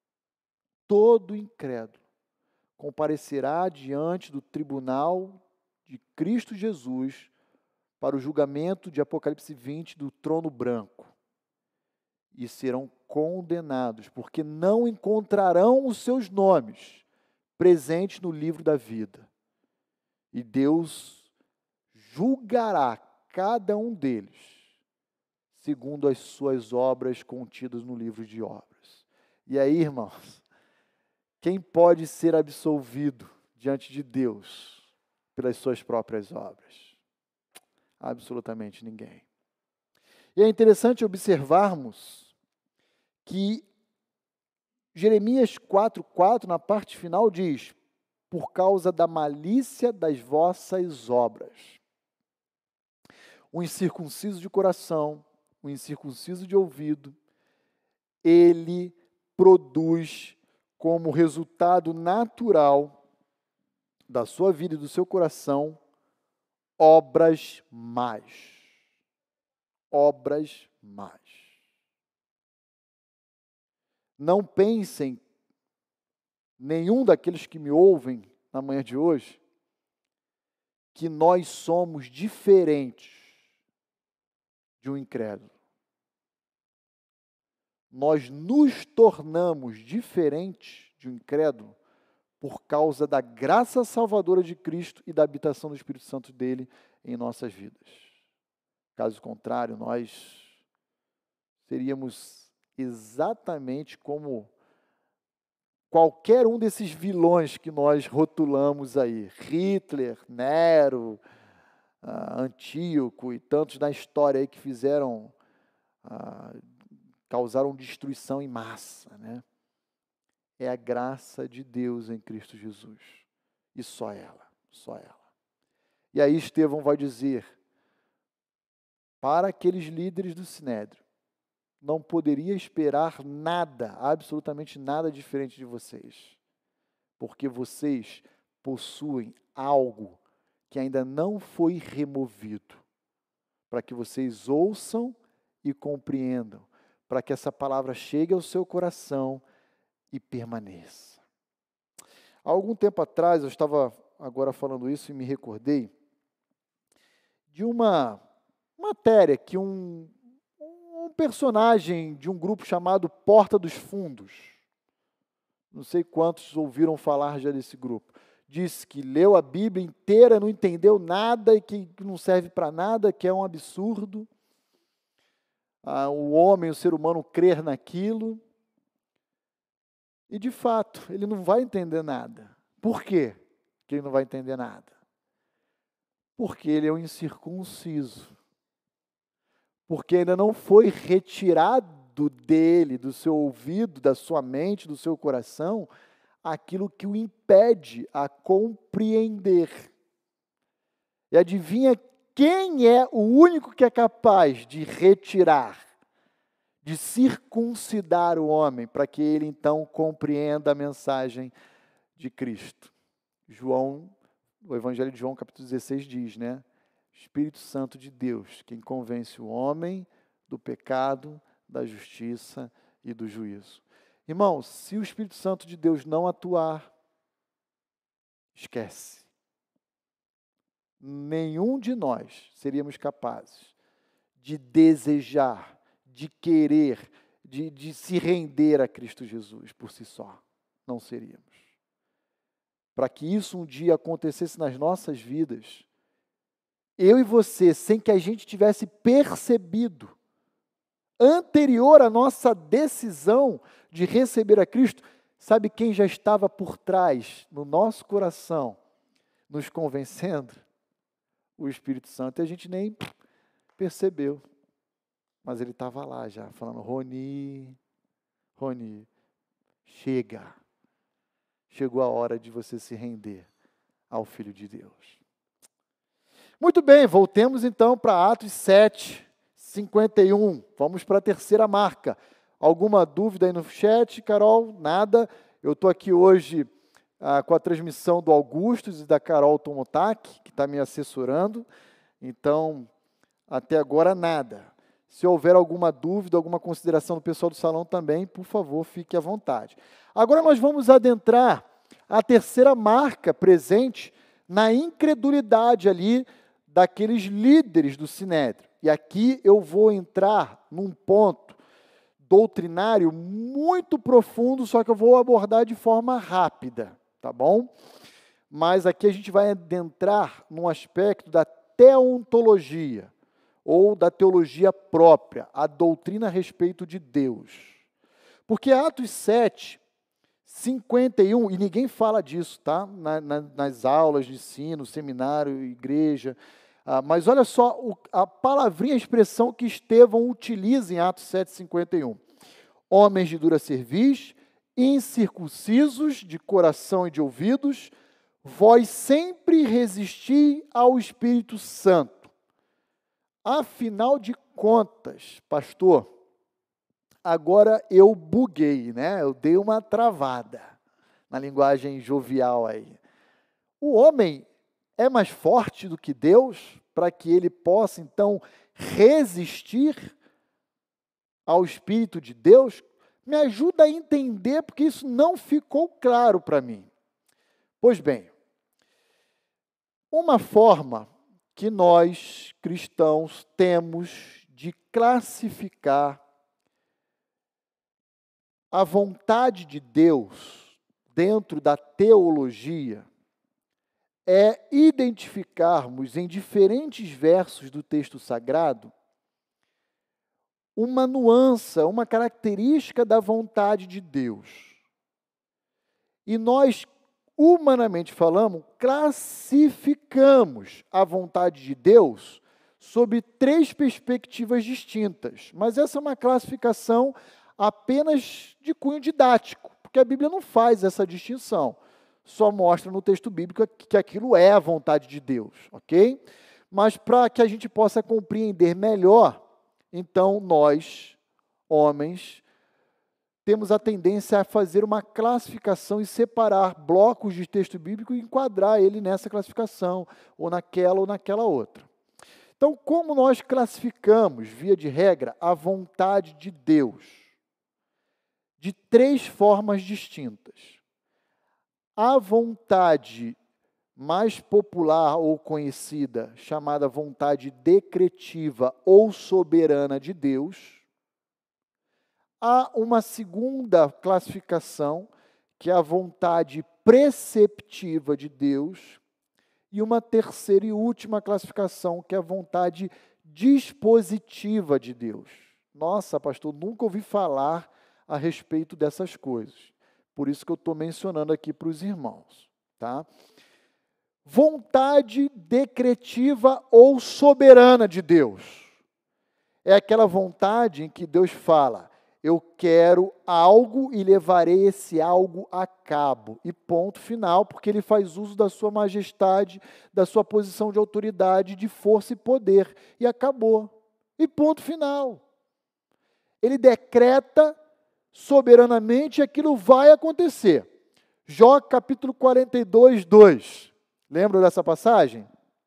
comparecerá diante do tribunal de Cristo Jesus para o julgamento de Apocalipse 20 do trono branco. E serão condenados, porque não encontrarão os seus nomes presentes no livro da vida. E Deus julgará cada um deles segundo as suas obras contidas no livro de obras. E aí, irmãos, quem pode ser absolvido diante de Deus pelas suas próprias obras? Absolutamente ninguém. E é interessante observarmos que Jeremias 4:4, na parte final, diz, por causa da malícia das vossas obras. O incircunciso de coração, o incircunciso de ouvido, ele produz como resultado natural da sua vida e do seu coração obras más. Obras más. Não pensem, nenhum daqueles que me ouvem na manhã de hoje, que nós somos diferentes de um incrédulo. Nós nos tornamos diferentes de um incrédulo por causa da graça salvadora de Cristo e da habitação do Espírito Santo dele em nossas vidas. Caso contrário, nós seríamos exatamente como qualquer um desses vilões que nós rotulamos aí. Hitler, Nero, Antíoco e tantos na história aí que causaram destruição em massa, né? É a graça de Deus em Cristo Jesus. E só ela, só ela. E aí Estevão vai dizer, para aqueles líderes do Sinédrio, não poderia esperar nada, absolutamente nada diferente de vocês, porque vocês possuem algo que ainda não foi removido, para que vocês ouçam e compreendam, para que essa palavra chegue ao seu coração e permaneça. Há algum tempo atrás, eu estava agora falando isso e me recordei de uma matéria que um personagem de um grupo chamado Porta dos Fundos, não sei quantos ouviram falar já desse grupo, disse que leu a Bíblia inteira, não entendeu nada e que não serve para nada, que é um absurdo. O homem, o ser humano, crer naquilo. E, de fato, ele não vai entender nada. Por quê que ele não vai entender nada? Porque ele é um incircunciso. Porque ainda não foi retirado dele, do seu ouvido, da sua mente, do seu coração, aquilo que o impede a compreender. E adivinha quem é o único que é capaz de retirar, de circuncidar o homem, para que ele então compreenda a mensagem de Cristo? O Evangelho de João, capítulo 16, diz, né? Espírito Santo de Deus, quem convence o homem do pecado, da justiça e do juízo. Irmãos, se o Espírito Santo de Deus não atuar, esquece. Nenhum de nós seríamos capazes de desejar, de querer, de se render a Cristo Jesus por si só. Não seríamos. Para que isso um dia acontecesse nas nossas vidas, eu e você, sem que a gente tivesse percebido, anterior à nossa decisão de receber a Cristo, sabe quem já estava por trás, no nosso coração, nos convencendo? O Espírito Santo. E a gente nem percebeu. Mas ele estava lá já, falando, Roni, chega. Chegou a hora de você se render ao Filho de Deus. Muito bem, voltemos então para Atos 7, 51. Vamos para a terceira marca. Alguma dúvida aí no chat, Carol? Nada. Eu estou aqui hoje com a transmissão do Augustus e da Carol Tomotak, que está me assessorando. Então, até agora, nada. Se houver alguma dúvida, alguma consideração do pessoal do salão também, por favor, fique à vontade. Agora nós vamos adentrar a terceira marca presente na incredulidade ali daqueles líderes do Sinédrio. E aqui eu vou entrar num ponto doutrinário muito profundo, só que eu vou abordar de forma rápida, tá bom? Mas aqui a gente vai adentrar num aspecto da teontologia, ou da teologia própria, a doutrina a respeito de Deus. Porque Atos 7, 51, e ninguém fala disso, tá? Nas aulas de ensino, seminário, igreja, mas olha só a palavrinha, a expressão que Estevão utiliza em Atos 7, 51. Homens de dura cerviz, incircuncisos de coração e de ouvidos, vós sempre resisti ao Espírito Santo. Afinal de contas, pastor, agora eu buguei, né? Eu dei uma travada na linguagem jovial aí. O homem é mais forte do que Deus para que ele possa, então, resistir ao Espírito de Deus? Me ajuda a entender, porque isso não ficou claro para mim. Pois bem, uma forma que nós, cristãos, temos de classificar a vontade de Deus dentro da teologia é identificarmos em diferentes versos do texto sagrado uma nuance, uma característica da vontade de Deus. E nós, humanamente falando, classificamos a vontade de Deus sob 3 perspectivas distintas. Mas essa é uma classificação apenas de cunho didático, porque a Bíblia não faz essa distinção. Só mostra no texto bíblico que aquilo é a vontade de Deus, ok? Mas para que a gente possa compreender melhor, então nós, homens, temos a tendência a fazer uma classificação e separar blocos de texto bíblico e enquadrar ele nessa classificação, ou naquela outra. Então, como nós classificamos, via de regra, a vontade de Deus? De 3 formas distintas. A vontade mais popular ou conhecida, chamada vontade decretiva ou soberana de Deus. Há uma segunda classificação, que é a vontade preceptiva de Deus, e uma terceira e última classificação, que é a vontade dispositiva de Deus. Nossa, pastor, nunca ouvi falar a respeito dessas coisas. Por isso que eu estou mencionando aqui para os irmãos, tá? Vontade decretiva ou soberana de Deus. É aquela vontade em que Deus fala, eu quero algo e levarei esse algo a cabo. E ponto final, porque ele faz uso da sua majestade, da sua posição de autoridade, de força e poder. E acabou. E ponto final. Ele decreta soberanamente e aquilo vai acontecer. Jó capítulo 42, 2. Lembra dessa passagem?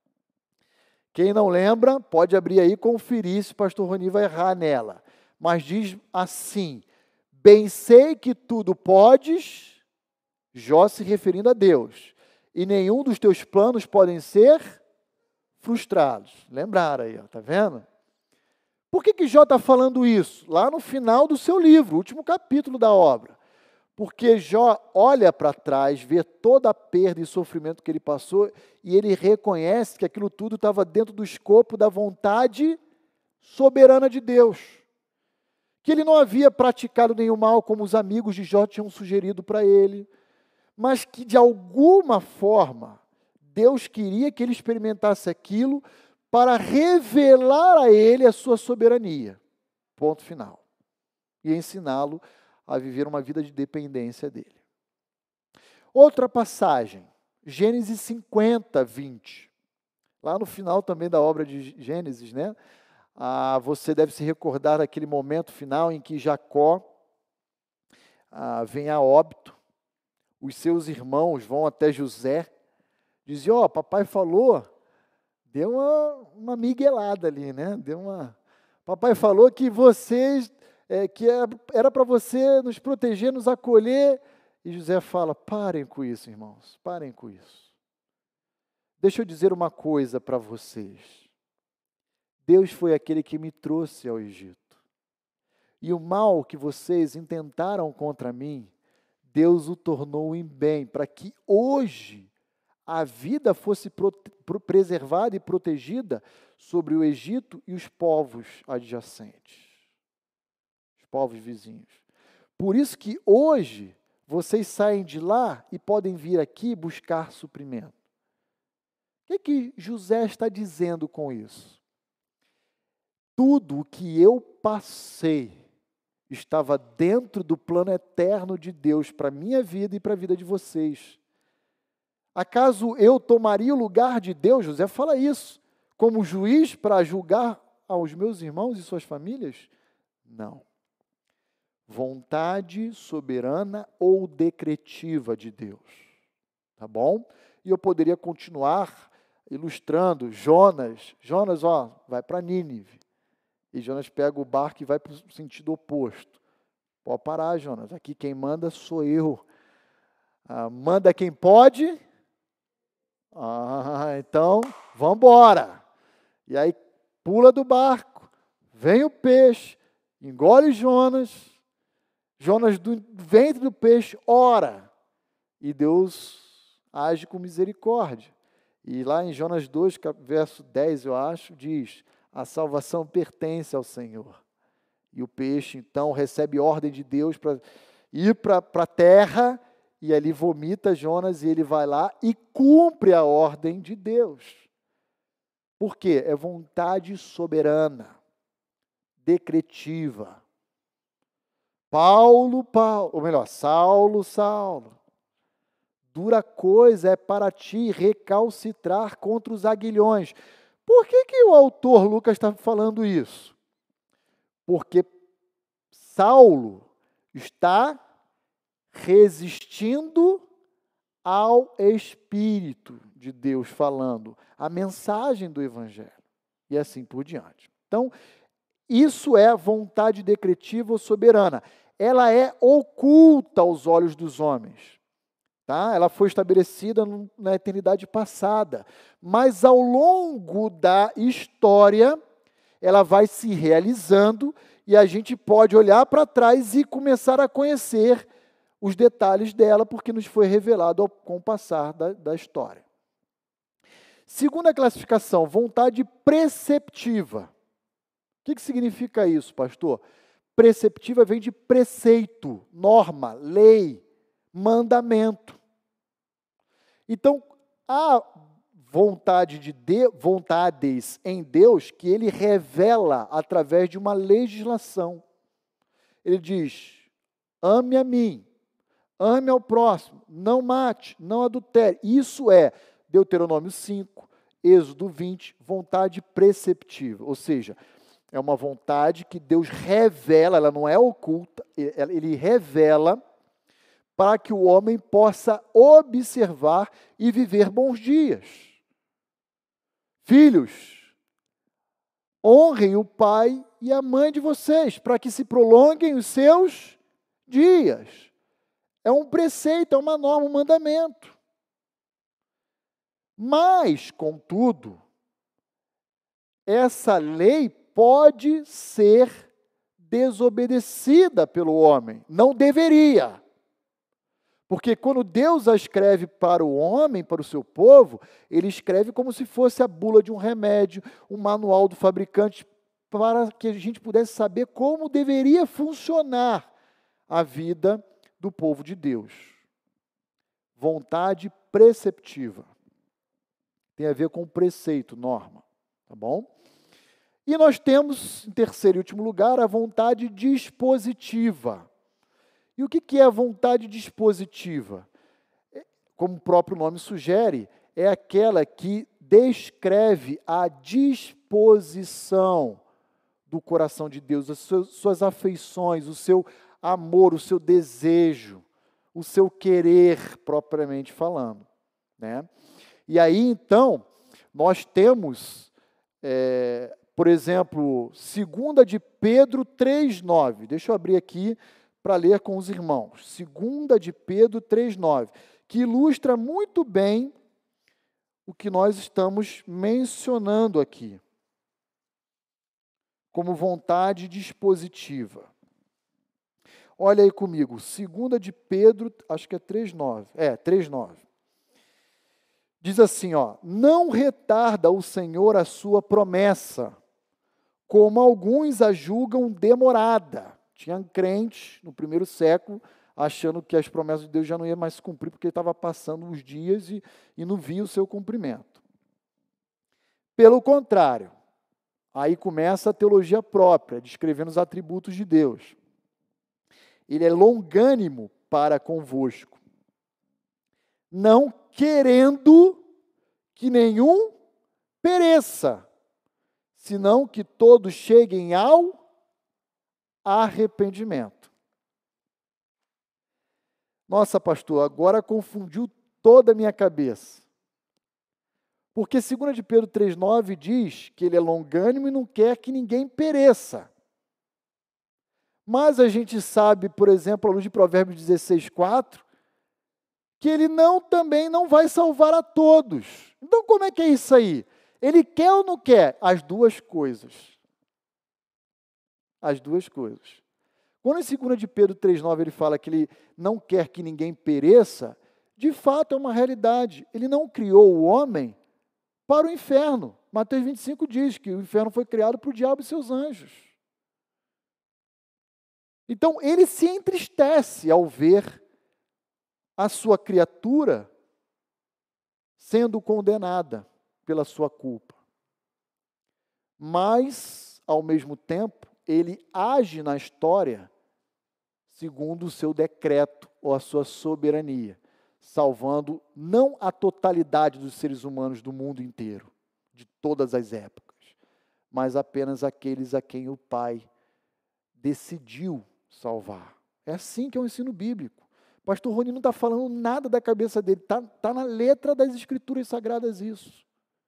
Quem não lembra, pode abrir aí e conferir se o pastor Roni vai errar nela. Mas diz assim, bem sei que tudo podes, Jó se referindo a Deus, e nenhum dos teus planos podem ser frustrados. Lembraram aí, está vendo? Por que Jó está falando isso? Lá no final do seu livro, último capítulo da obra. Porque Jó olha para trás, vê toda a perda e sofrimento que ele passou e ele reconhece que aquilo tudo estava dentro do escopo da vontade soberana de Deus. Que ele não havia praticado nenhum mal como os amigos de Jó tinham sugerido para ele, mas que de alguma forma Deus queria que ele experimentasse aquilo para revelar a ele a sua soberania. Ponto final. E ensiná-lo a viver uma vida de dependência dele. Outra passagem, Gênesis 50, 20. Lá no final também da obra de Gênesis, né? Você deve se recordar daquele momento final em que Jacó vem a óbito, os seus irmãos vão até José, dizem, papai falou, deu uma miguelada ali, né? Papai falou que vocês, que era para você nos proteger, nos acolher, e José fala, parem com isso, irmãos, parem com isso. Deixa eu dizer uma coisa para vocês. Deus foi aquele que me trouxe ao Egito. E o mal que vocês intentaram contra mim, Deus o tornou em bem, para que hoje a vida fosse preservada e protegida sobre o Egito e os povos adjacentes, os povos vizinhos. Por isso que hoje vocês saem de lá e podem vir aqui buscar suprimento. O que José está dizendo com isso? Tudo o que eu passei estava dentro do plano eterno de Deus para a minha vida e para a vida de vocês. Acaso eu tomaria o lugar de Deus, José fala isso, como juiz para julgar aos meus irmãos e suas famílias? Não. Vontade soberana ou decretiva de Deus. Tá bom? E eu poderia continuar ilustrando Jonas, vai para Nínive. E Jonas pega o barco e vai para o sentido oposto. Pode parar, Jonas. Aqui quem manda sou eu. Manda quem pode. Então, vamos embora. E aí pula do barco, vem o peixe, engole Jonas. Jonas do ventre do peixe ora. E Deus age com misericórdia. E lá em Jonas 2, verso 10, eu acho, diz... A salvação pertence ao Senhor. E o peixe, então, recebe ordem de Deus para ir para a terra, e ali vomita Jonas, e ele vai lá e cumpre a ordem de Deus. Por quê? É vontade soberana, decretiva. Saulo, dura coisa é para ti recalcitrar contra os aguilhões. Por que o autor Lucas está falando isso? Porque Saulo está resistindo ao Espírito de Deus falando, a mensagem do Evangelho, e assim por diante. Então, isso é a vontade decretiva ou soberana. Ela é oculta aos olhos dos homens. Tá? Ela foi estabelecida na eternidade passada, mas ao longo da história, ela vai se realizando e a gente pode olhar para trás e começar a conhecer os detalhes dela, porque nos foi revelado com o passar da história. Segunda classificação, vontade preceptiva. O que significa isso, pastor? Preceptiva vem de preceito, norma, lei, mandamento. Então, há vontades em Deus que Ele revela através de uma legislação. Ele diz, ame a mim, ame ao próximo, não mate, não adultere. Isso é Deuteronômio 5, Êxodo 20, vontade preceptiva. Ou seja, é uma vontade que Deus revela, ela não é oculta, Ele revela para que o homem possa observar e viver bons dias. Filhos, honrem o pai e a mãe de vocês, para que se prolonguem os seus dias. É um preceito, é uma norma, um mandamento. Mas, contudo, essa lei pode ser desobedecida pelo homem, não deveria. Porque quando Deus a escreve para o homem, para o seu povo, Ele escreve como se fosse a bula de um remédio, um manual do fabricante, para que a gente pudesse saber como deveria funcionar a vida do povo de Deus. Vontade preceptiva. Tem a ver com preceito, norma, tá bom? E nós temos, em terceiro e último lugar, a vontade dispositiva. E o que é a vontade dispositiva? Como o próprio nome sugere, é aquela que descreve a disposição do coração de Deus, as suas afeições, o seu amor, o seu desejo, o seu querer, propriamente falando, né? E aí, então, nós temos, por exemplo, 2 de Pedro 3,9. Deixa eu abrir aqui para ler com os irmãos. 2 de Pedro 3,9, que ilustra muito bem o que nós estamos mencionando aqui, como vontade dispositiva. Olha aí comigo, 2 de Pedro, acho que é 3,9. 3,9. Diz assim, não retarda o Senhor a sua promessa, como alguns a julgam demorada. Tinha crentes no primeiro século achando que as promessas de Deus já não iam mais se cumprir, porque estava passando os dias e não via o seu cumprimento. Pelo contrário, aí começa a teologia própria, descrevendo os atributos de Deus. Ele é longânimo para convosco, não querendo que nenhum pereça, senão que todos cheguem ao arrependimento. Nossa, pastor, agora confundiu toda a minha cabeça. Porque 2 de Pedro 3,9 diz que ele é longânimo e não quer que ninguém pereça. Mas a gente sabe, por exemplo, à luz de Provérbios 16,4, que ele também não vai salvar a todos. Então, como é que é isso aí? Ele quer ou não quer? As duas coisas. As duas coisas. Quando em 2 de Pedro 3,9 ele fala que ele não quer que ninguém pereça, de fato é uma realidade. Ele não criou o homem para o inferno. Mateus 25 diz que o inferno foi criado para o diabo e seus anjos. Então, ele se entristece ao ver a sua criatura sendo condenada pela sua culpa. Mas, ao mesmo tempo, ele age na história segundo o seu decreto ou a sua soberania, salvando não a totalidade dos seres humanos do mundo inteiro, de todas as épocas, mas apenas aqueles a quem o Pai decidiu salvar. É assim que é o ensino bíblico. O pastor Rony não está falando nada da cabeça dele, está na letra das Escrituras Sagradas isso.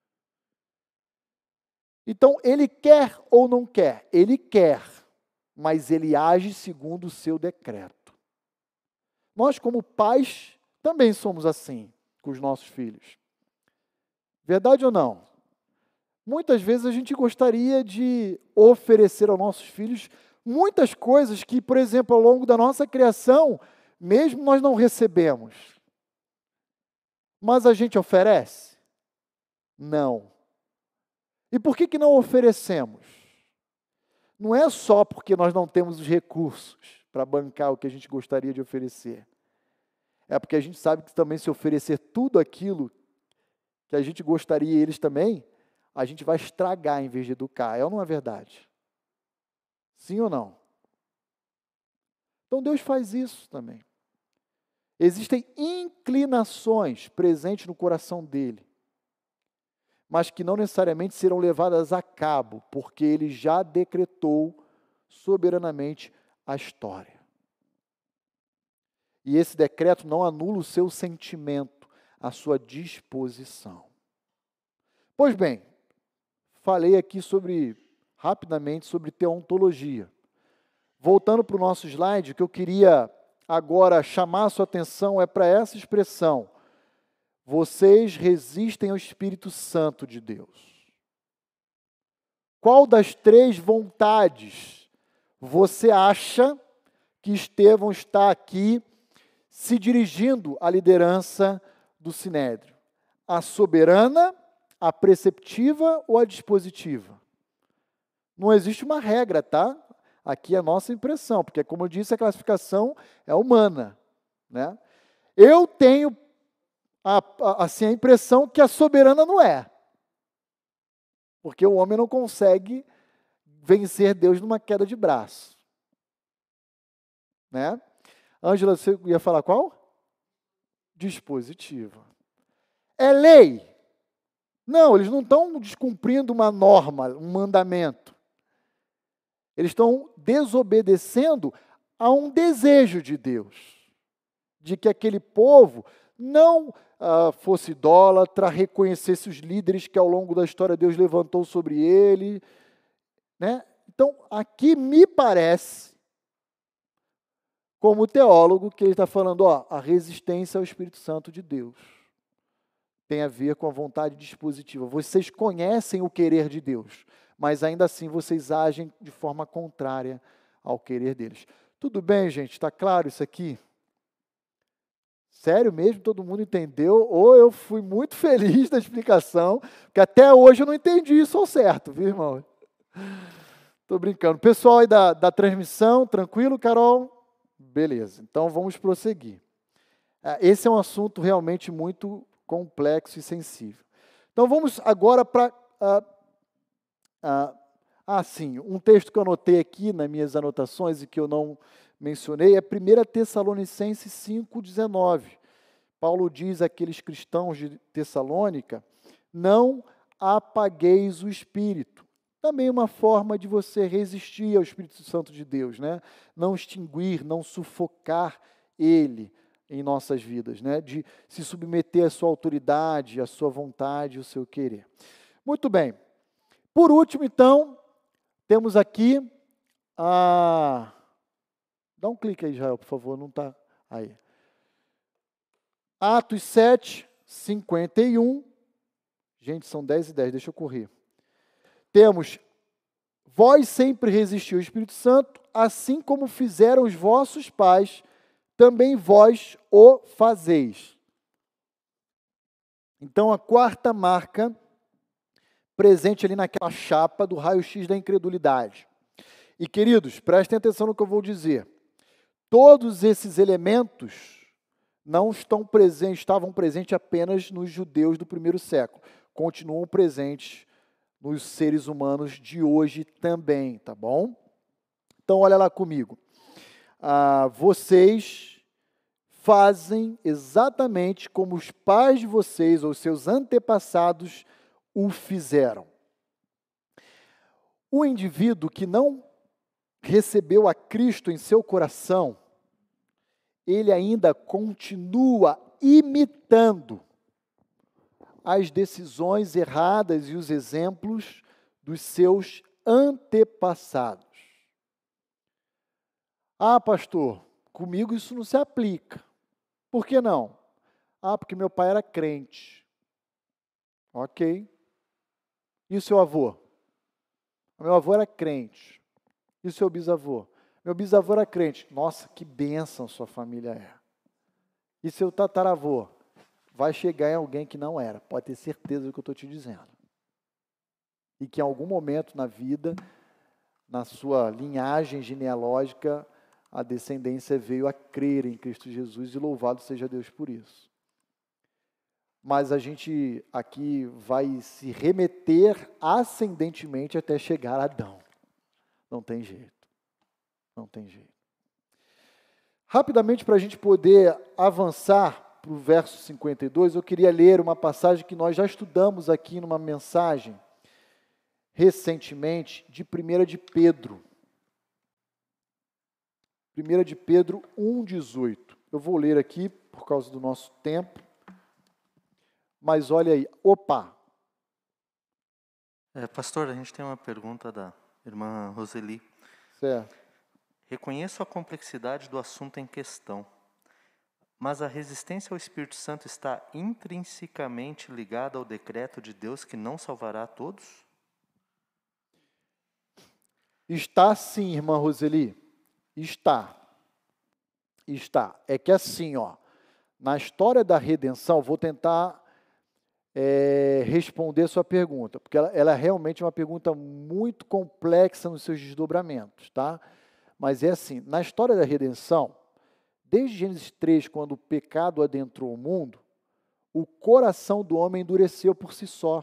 Então, ele quer ou não quer? Ele quer, mas ele age segundo o seu decreto. Nós, como pais, também somos assim com os nossos filhos. Verdade ou não? Muitas vezes a gente gostaria de oferecer aos nossos filhos muitas coisas que, por exemplo, ao longo da nossa criação, mesmo nós não recebemos. Mas a gente oferece? Não. E por que não oferecemos? Não é só porque nós não temos os recursos para bancar o que a gente gostaria de oferecer. É porque a gente sabe que também se oferecer tudo aquilo que a gente gostaria e eles também, a gente vai estragar em vez de educar. É ou não é verdade? Sim ou não? Então Deus faz isso também. Existem inclinações presentes no coração dele, mas que não necessariamente serão levadas a cabo, porque ele já decretou soberanamente a história. E esse decreto não anula o seu sentimento, a sua disposição. Pois bem, falei aqui rapidamente sobre teontologia. Voltando para o nosso slide, o que eu queria agora chamar a sua atenção é para essa expressão: vocês resistem ao Espírito Santo de Deus. Qual das 3 vontades você acha que Estevão está aqui se dirigindo à liderança do Sinédrio? A soberana, a preceptiva ou a dispositiva? Não existe uma regra, tá? Aqui é a nossa impressão, porque, como eu disse, a classificação é humana, né? Eu tenho assim, a impressão que a soberana não é. Porque o homem não consegue vencer Deus numa queda de braço. Né? Ângela, você ia falar qual? Dispositiva. É lei? Não, eles não estão descumprindo uma norma, um mandamento. Eles estão desobedecendo a um desejo de Deus, de que aquele povo não fosse idólatra, reconhecesse os líderes que ao longo da história Deus levantou sobre ele. Né? Então, aqui me parece, como teólogo, que ele está falando, a resistência ao Espírito Santo de Deus tem a ver com a vontade dispositiva. Vocês conhecem o querer de Deus, mas ainda assim vocês agem de forma contrária ao querer deles. Tudo bem, gente? Está claro isso aqui? Sério mesmo? Todo mundo entendeu? Ou eu fui muito feliz da explicação, porque até hoje eu não entendi isso ao certo, viu, irmão? Estou brincando. Pessoal aí da transmissão, tranquilo, Carol? Beleza, então vamos prosseguir. Esse é um assunto realmente muito complexo e sensível. Então vamos agora para... sim, um texto que eu anotei aqui nas minhas anotações e que eu não mencionei é 1 Tessalonicenses 5,19. Paulo diz àqueles cristãos de Tessalônica, não apagueis o Espírito. Também uma forma de você resistir ao Espírito Santo de Deus, né? Não extinguir, não sufocar ele em nossas vidas, né? De se submeter à sua autoridade, à sua vontade, ao seu querer. Muito bem. Por último, então, temos aqui a... Dá um clique aí, Israel, por favor, não está aí. Atos 7, 51. Gente, são 10 e 10, deixa eu correr. Temos, vós sempre resistiu ao Espírito Santo, assim como fizeram os vossos pais, também vós o fazeis. Então, a quarta marca, presente ali naquela chapa do raio-x da incredulidade. E, queridos, prestem atenção no que eu vou dizer. Todos esses elementos não estavam presentes apenas nos judeus do primeiro século. Continuam presentes nos seres humanos de hoje também, tá bom? Então, olha lá comigo. Vocês fazem exatamente como os pais de vocês ou seus antepassados o fizeram. O indivíduo que não recebeu a Cristo em seu coração, ele ainda continua imitando as decisões erradas e os exemplos dos seus antepassados. Pastor, comigo isso não se aplica. Por que não? Porque meu pai era crente. Ok. E o seu avô? Meu avô era crente. E o seu bisavô? Meu bisavô era crente. Nossa, que bênção sua família é. E seu tataravô? Vai chegar em alguém que não era. Pode ter certeza do que eu estou te dizendo. E que em algum momento na vida, na sua linhagem genealógica, a descendência veio a crer em Cristo Jesus e louvado seja Deus por isso. Mas a gente aqui vai se remeter ascendentemente até chegar a Adão. Não tem jeito. Não tem jeito. Rapidamente, para a gente poder avançar para o verso 52, eu queria ler uma passagem que nós já estudamos aqui numa mensagem recentemente, de 1 de Pedro. 1 de Pedro 1,18. Eu vou ler aqui por causa do nosso tempo. Mas olha aí. Opa! Pastor, a gente tem uma pergunta da irmã Roseli. Certo. Reconheço a complexidade do assunto em questão, mas a resistência ao Espírito Santo está intrinsecamente ligada ao decreto de Deus que não salvará a todos? Está sim, irmã Roseli. Está. É que assim, ó, na história da redenção, vou tentar responder sua pergunta, porque ela é realmente uma pergunta muito complexa nos seus desdobramentos, tá? Mas é assim, na história da redenção, desde Gênesis 3, quando o pecado adentrou o mundo, o coração do homem endureceu por si só.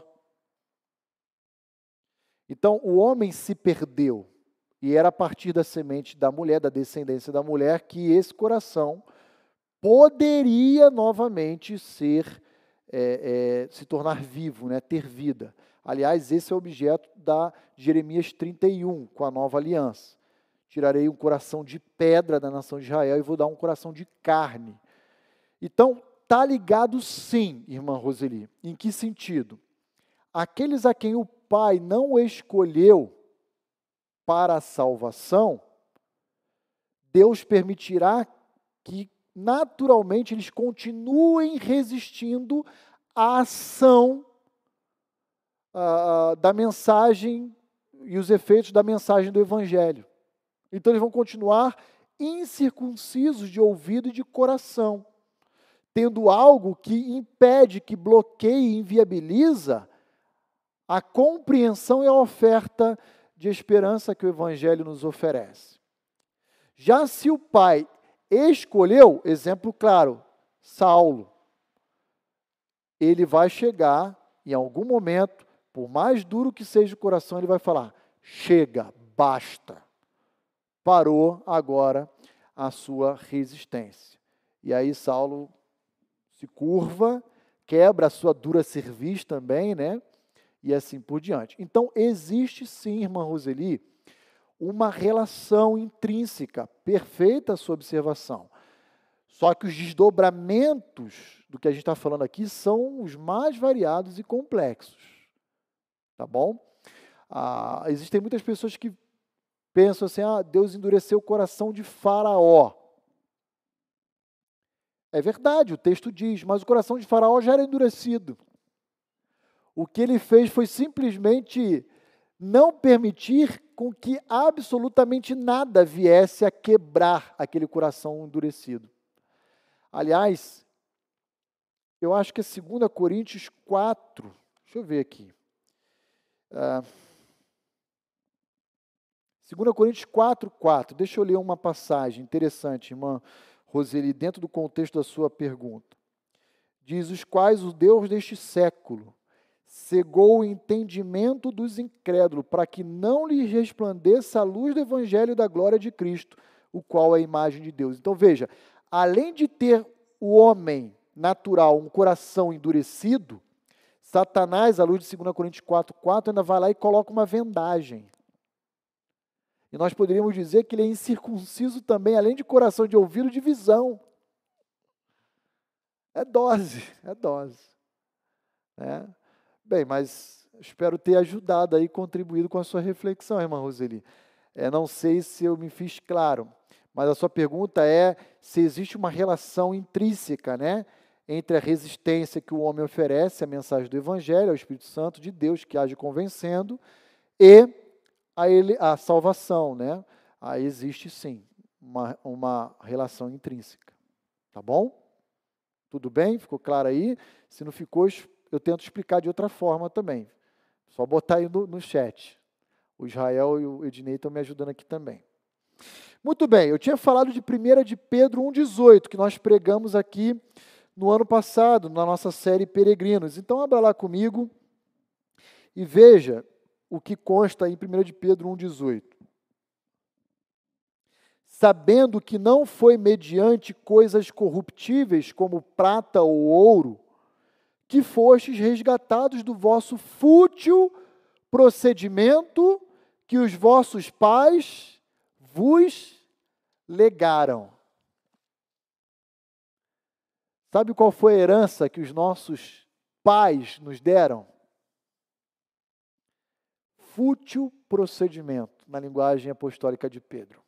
Então, o homem se perdeu, e era a partir da semente da mulher, da descendência da mulher, que esse coração poderia novamente se tornar vivo, né, ter vida. Aliás, esse é o objeto de Jeremias 31, com a nova aliança. Tirarei um coração de pedra da nação de Israel e vou dar um coração de carne. Então, está ligado sim, irmã Roseli. Em que sentido? Aqueles a quem o Pai não escolheu para a salvação, Deus permitirá que naturalmente eles continuem resistindo à ação da mensagem e os efeitos da mensagem do Evangelho. Então eles vão continuar incircuncisos de ouvido e de coração, tendo algo que impede, que bloqueia e inviabiliza a compreensão e a oferta de esperança que o Evangelho nos oferece. Já se o Pai escolheu, exemplo claro, Saulo, ele vai chegar em algum momento, por mais duro que seja o coração, ele vai falar, chega, basta. Parou agora a sua resistência. E aí Saulo se curva, quebra a sua dura cerviz também, né? E assim por diante. Então, existe sim, irmã Roseli, uma relação intrínseca, perfeita a sua observação. Só que os desdobramentos do que a gente está falando aqui são os mais variados e complexos. Tá bom? Existem muitas pessoas que pensam assim, Deus endureceu o coração de Faraó. É verdade, o texto diz, mas o coração de Faraó já era endurecido. O que ele fez foi simplesmente não permitir com que absolutamente nada viesse a quebrar aquele coração endurecido. Aliás, eu acho que é 2 Coríntios 4, deixa eu ver aqui. 2 Coríntios 4:4, deixa eu ler uma passagem interessante, irmã Roseli, dentro do contexto da sua pergunta. Diz, os quais o Deus deste século cegou o entendimento dos incrédulos, para que não lhes resplandeça a luz do Evangelho da glória de Cristo, o qual é a imagem de Deus. Então veja, além de ter o homem natural, um coração endurecido, Satanás, à luz de 2 Coríntios 4:4, ainda vai lá e coloca uma vendagem. E nós poderíamos dizer que ele é incircunciso também, além de coração de ouvido, de visão. É dose. Né? Bem, mas espero ter ajudado aí, contribuído com a sua reflexão, irmã Roseli. Não sei se eu me fiz claro, mas a sua pergunta é se existe uma relação intrínseca, né, entre a resistência que o homem oferece à mensagem do Evangelho, ao Espírito Santo de Deus, que age convencendo, e a salvação, né? Aí existe sim uma relação intrínseca. Tá bom? Tudo bem? Ficou claro aí? Se não ficou, eu tento explicar de outra forma também. Só botar aí no chat. O Israel e o Ednei estão me ajudando aqui também. Muito bem, eu tinha falado de 1 de Pedro 1,18, que nós pregamos aqui no ano passado, na nossa série Peregrinos. Então, abra lá comigo e veja o que consta em 1 de Pedro 1,18. Sabendo que não foi mediante coisas corruptíveis, como prata ou ouro, que fostes resgatados do vosso fútil procedimento que os vossos pais vos legaram. Sabe qual foi a herança que os nossos pais nos deram? Fútil procedimento, na linguagem apostólica de Pedro.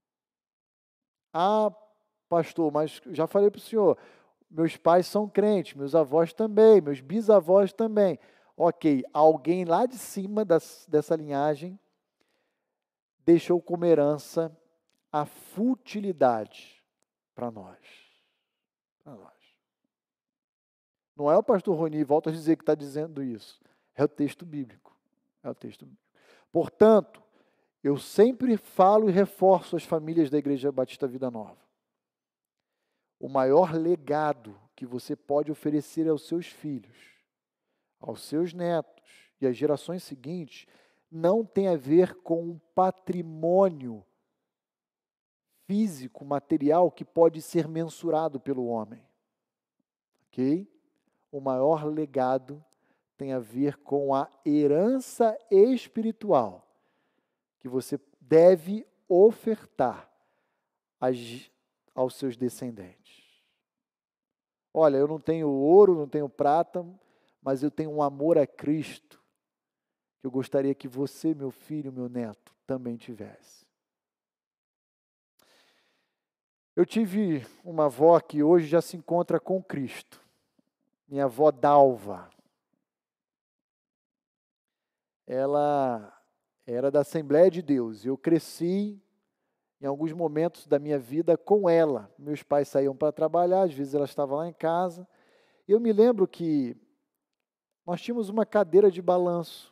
Pastor, mas já falei para o senhor, meus pais são crentes, meus avós também, meus bisavós também. Ok, alguém lá de cima dessa linhagem deixou como herança a futilidade para nós. Para nós. Não é o pastor Roni, volta a dizer que está dizendo isso. É o texto bíblico. É o texto bíblico. Portanto, eu sempre falo e reforço às famílias da Igreja Batista Vida Nova. O maior legado que você pode oferecer aos seus filhos, aos seus netos e às gerações seguintes, não tem a ver com um patrimônio físico, material, que pode ser mensurado pelo homem. Ok? O maior legado tem a ver com a herança espiritual que você deve ofertar aos seus descendentes. Olha, eu não tenho ouro, não tenho prata, mas eu tenho um amor a Cristo que eu gostaria que você, meu filho, meu neto, também tivesse. Eu tive uma avó que hoje já se encontra com Cristo. Minha avó Dalva. Ela era da Assembleia de Deus. Eu cresci em alguns momentos da minha vida com ela. Meus pais saíam para trabalhar, às vezes ela estava lá em casa. Eu me lembro que nós tínhamos uma cadeira de balanço.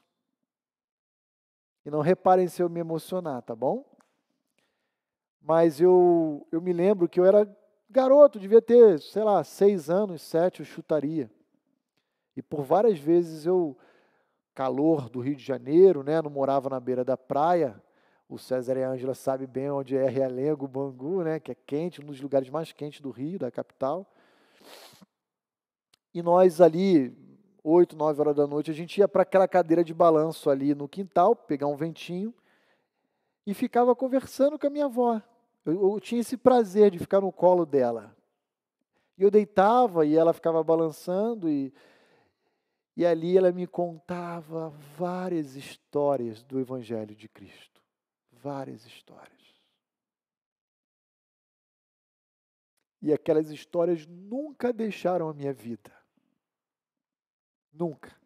E não reparem se eu me emocionar, tá bom? Mas eu me lembro que eu era garoto, devia ter, 6 anos, 7, eu chutaria. E por várias vezes calor do Rio de Janeiro, né, não morava na beira da praia. O César e a Ângela sabem bem onde é Realengo, Bangu, né, que é quente, um dos lugares mais quentes do Rio, da capital. E nós ali, 8, 9 horas da noite, a gente ia para aquela cadeira de balanço ali no quintal, pegar um ventinho, e ficava conversando com a minha avó. Eu tinha esse prazer de ficar no colo dela. E eu deitava e ela ficava balançando e ali ela me contava várias histórias do Evangelho de Cristo. Várias histórias. E aquelas histórias nunca deixaram a minha vida. Nunca.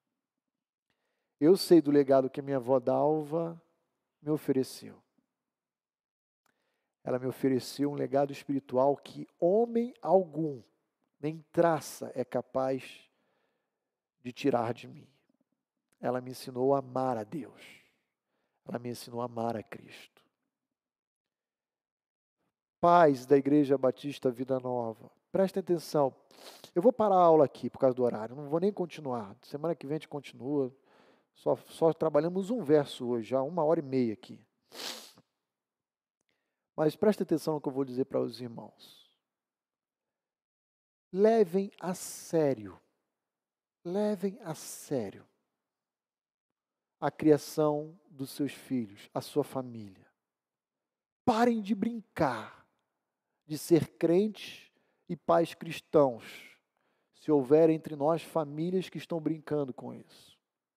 Eu sei do legado que a minha avó Dalva me ofereceu. Ela me ofereceu um legado espiritual que homem algum, nem traça, é capaz de tirar de mim. Ela me ensinou a amar a Deus. Ela me ensinou a amar a Cristo. Pais da Igreja Batista Vida Nova, prestem atenção. Eu vou parar a aula aqui por causa do horário, não vou nem continuar. Semana que vem a gente continua. Só trabalhamos um verso hoje, já 1h30 aqui. Mas preste atenção no que eu vou dizer para os irmãos. Levem a sério a criação dos seus filhos, a sua família. Parem de brincar, de ser crentes e pais cristãos, se houver entre nós famílias que estão brincando com isso.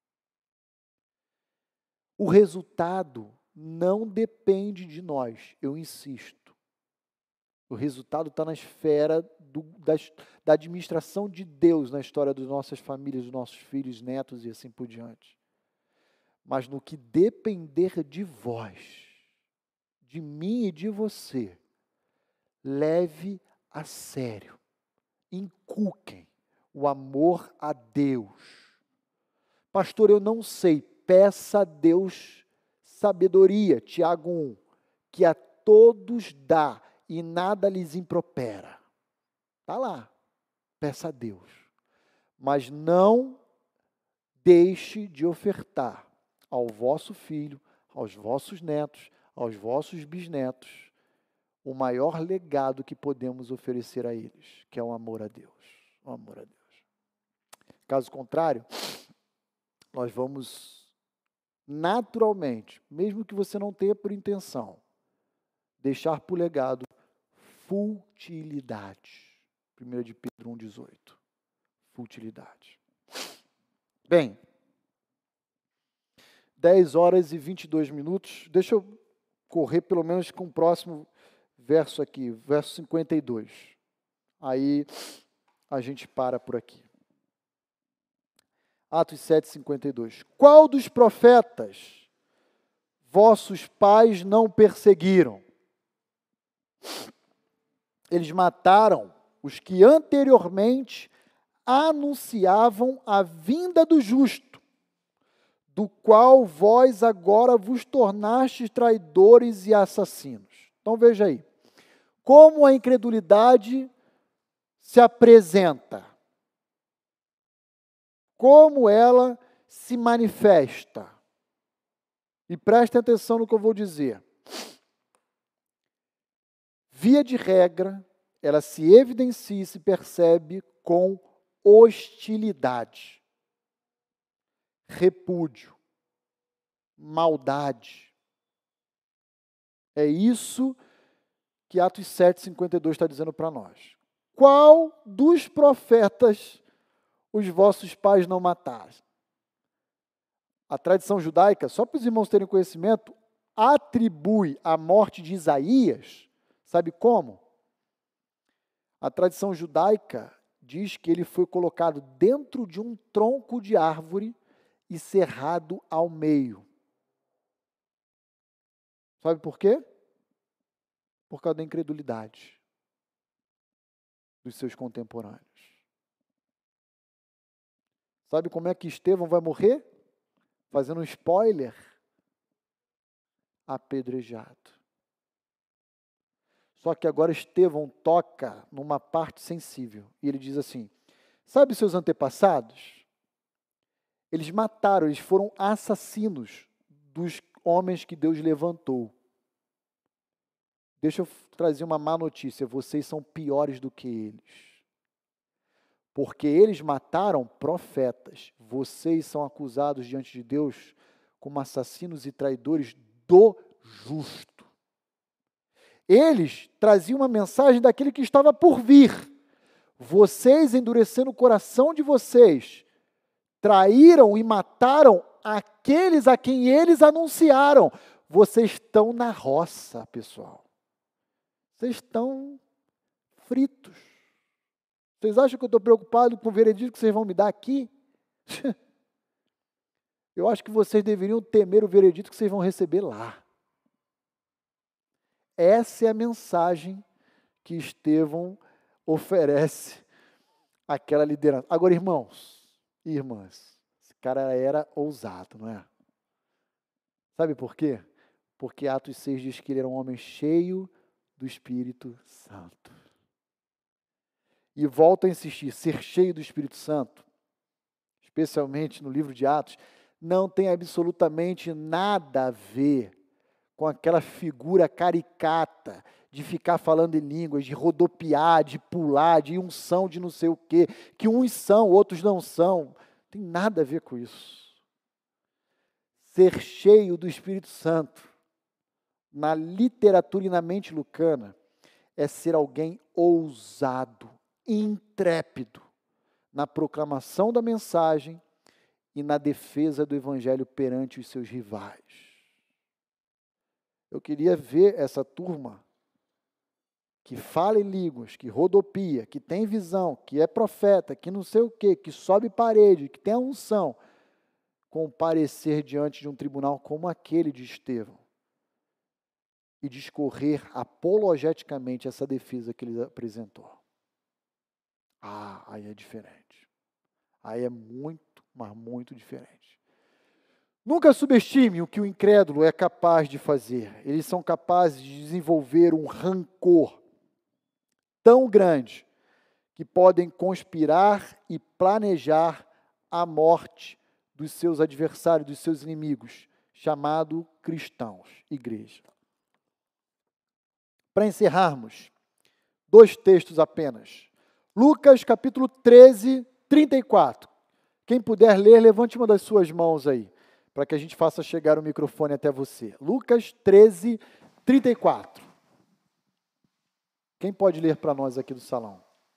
O resultado não depende de nós, eu insisto. O resultado está na esfera da administração de Deus na história das nossas famílias, dos nossos filhos, netos e assim por diante. Mas no que depender de vós, de mim e de você, leve a sério, inculquem o amor a Deus. Pastor, eu não sei, peça a Deus sabedoria, Tiago 1, que a todos dá e nada lhes impropera. Está lá, peça a Deus. Mas não deixe de ofertar ao vosso filho, aos vossos netos, aos vossos bisnetos, o maior legado que podemos oferecer a eles, que é o amor a Deus. O amor a Deus. Caso contrário, nós vamos naturalmente, mesmo que você não tenha por intenção, deixar por legado futilidade. 1 de Pedro 1,18. Futilidade. Bem, 10h22. Deixa eu correr pelo menos com o próximo verso aqui, verso 52. Aí a gente para por aqui. Atos 7:52. Qual dos profetas vossos pais não perseguiram. Eles mataram os que anteriormente anunciavam a vinda do justo, do qual vós agora vos tornastes traidores e assassinos. Então veja aí, como a incredulidade se apresenta, como ela se manifesta. E prestem atenção no que eu vou dizer. Via de regra, ela se evidencia e se percebe com hostilidade, repúdio, maldade. É isso que Atos 7:52 está dizendo para nós. Qual dos profetas os vossos pais não mataram? A tradição judaica, só para os irmãos terem conhecimento, atribui a morte de Isaías, sabe como? A tradição judaica diz que ele foi colocado dentro de um tronco de árvore e cerrado ao meio. Sabe por quê? Por causa da incredulidade dos seus contemporâneos. Sabe como é que Estevão vai morrer? Fazendo um spoiler, apedrejado. Só que agora Estevão toca numa parte sensível. E ele diz assim, sabe seus antepassados? Eles mataram, eles foram assassinos dos homens que Deus levantou. Deixa eu trazer uma má notícia, vocês são piores do que eles. Porque eles mataram profetas. Vocês são acusados diante de Deus como assassinos e traidores do justo. Eles traziam uma mensagem daquele que estava por vir. Vocês, endurecendo o coração de vocês, traíram e mataram aqueles a quem eles anunciaram. Vocês estão na roça, pessoal. Vocês estão fritos. Vocês acham que eu estou preocupado com o veredito que vocês vão me dar aqui? Eu acho que vocês deveriam temer o veredito que vocês vão receber lá. Essa é a mensagem que Estevão oferece àquela liderança. Agora, irmãos e irmãs, esse cara era ousado, não é? Sabe por quê? Porque Atos 6 diz que ele era um homem cheio do Espírito Santo. E volto a insistir, ser cheio do Espírito Santo, especialmente no livro de Atos, não tem absolutamente nada a ver com aquela figura caricata de ficar falando em línguas, de rodopiar, de pular, de unção, de não sei o quê, que uns são, outros não são. Tem nada a ver com isso. Ser cheio do Espírito Santo, na literatura e na mente lucana, é ser alguém ousado, intrépido na proclamação da mensagem e na defesa do evangelho perante os seus rivais. Eu queria ver essa turma que fala em línguas, que rodopia, que tem visão, que é profeta, que não sei o quê, que sobe parede, que tem a unção, comparecer diante de um tribunal como aquele de Estevão e discorrer apologeticamente essa defesa que ele apresentou. Aí é diferente. Aí é muito, mas muito diferente. Nunca subestime o que o incrédulo é capaz de fazer. Eles são capazes de desenvolver um rancor tão grande que podem conspirar e planejar a morte dos seus adversários, dos seus inimigos, chamado cristãos, igreja. Para encerrarmos, 2 textos apenas. Lucas capítulo 13, 34. Quem puder ler, levante uma das suas mãos aí, para que a gente faça chegar o microfone até você. Lucas 13, 34. Quem pode ler para nós aqui do salão?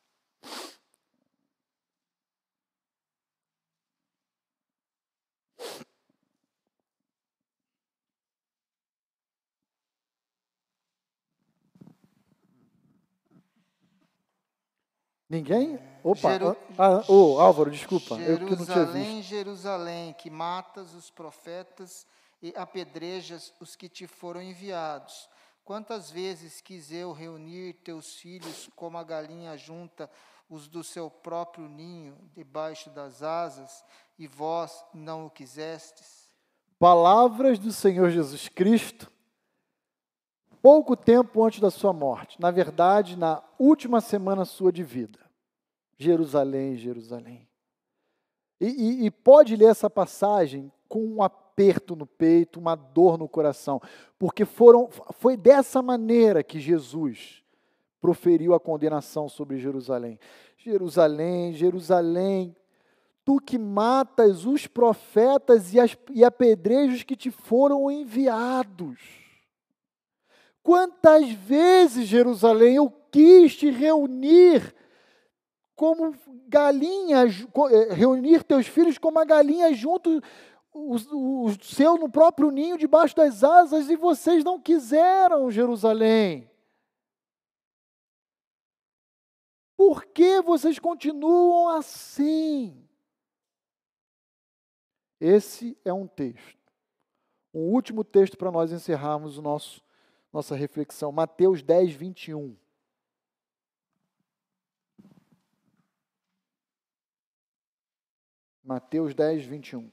Ninguém? Opa, Álvaro, desculpa, eu que não tinha visto. Jerusalém, que matas os profetas e apedrejas os que te foram enviados. Quantas vezes quis eu reunir teus filhos como a galinha junta os do seu próprio ninho debaixo das asas, e vós não o quisestes? Palavras do Senhor Jesus Cristo, pouco tempo antes da sua morte, na verdade, na última semana sua de vida. Jerusalém, Jerusalém. E pode ler essa passagem com um aperto no peito, uma dor no coração, porque foi dessa maneira que Jesus proferiu a condenação sobre Jerusalém. Jerusalém, Jerusalém, tu que matas os profetas e apedrejos que te foram enviados. Quantas vezes, Jerusalém, eu quis te reunir como galinha, reunir teus filhos como a galinha junto o seu no próprio ninho debaixo das asas, e vocês não quiseram, Jerusalém. Por que vocês continuam assim? Esse é um texto. Um último texto para nós encerrarmos nossa reflexão. Mateus 10, 21. Mateus 10, 21.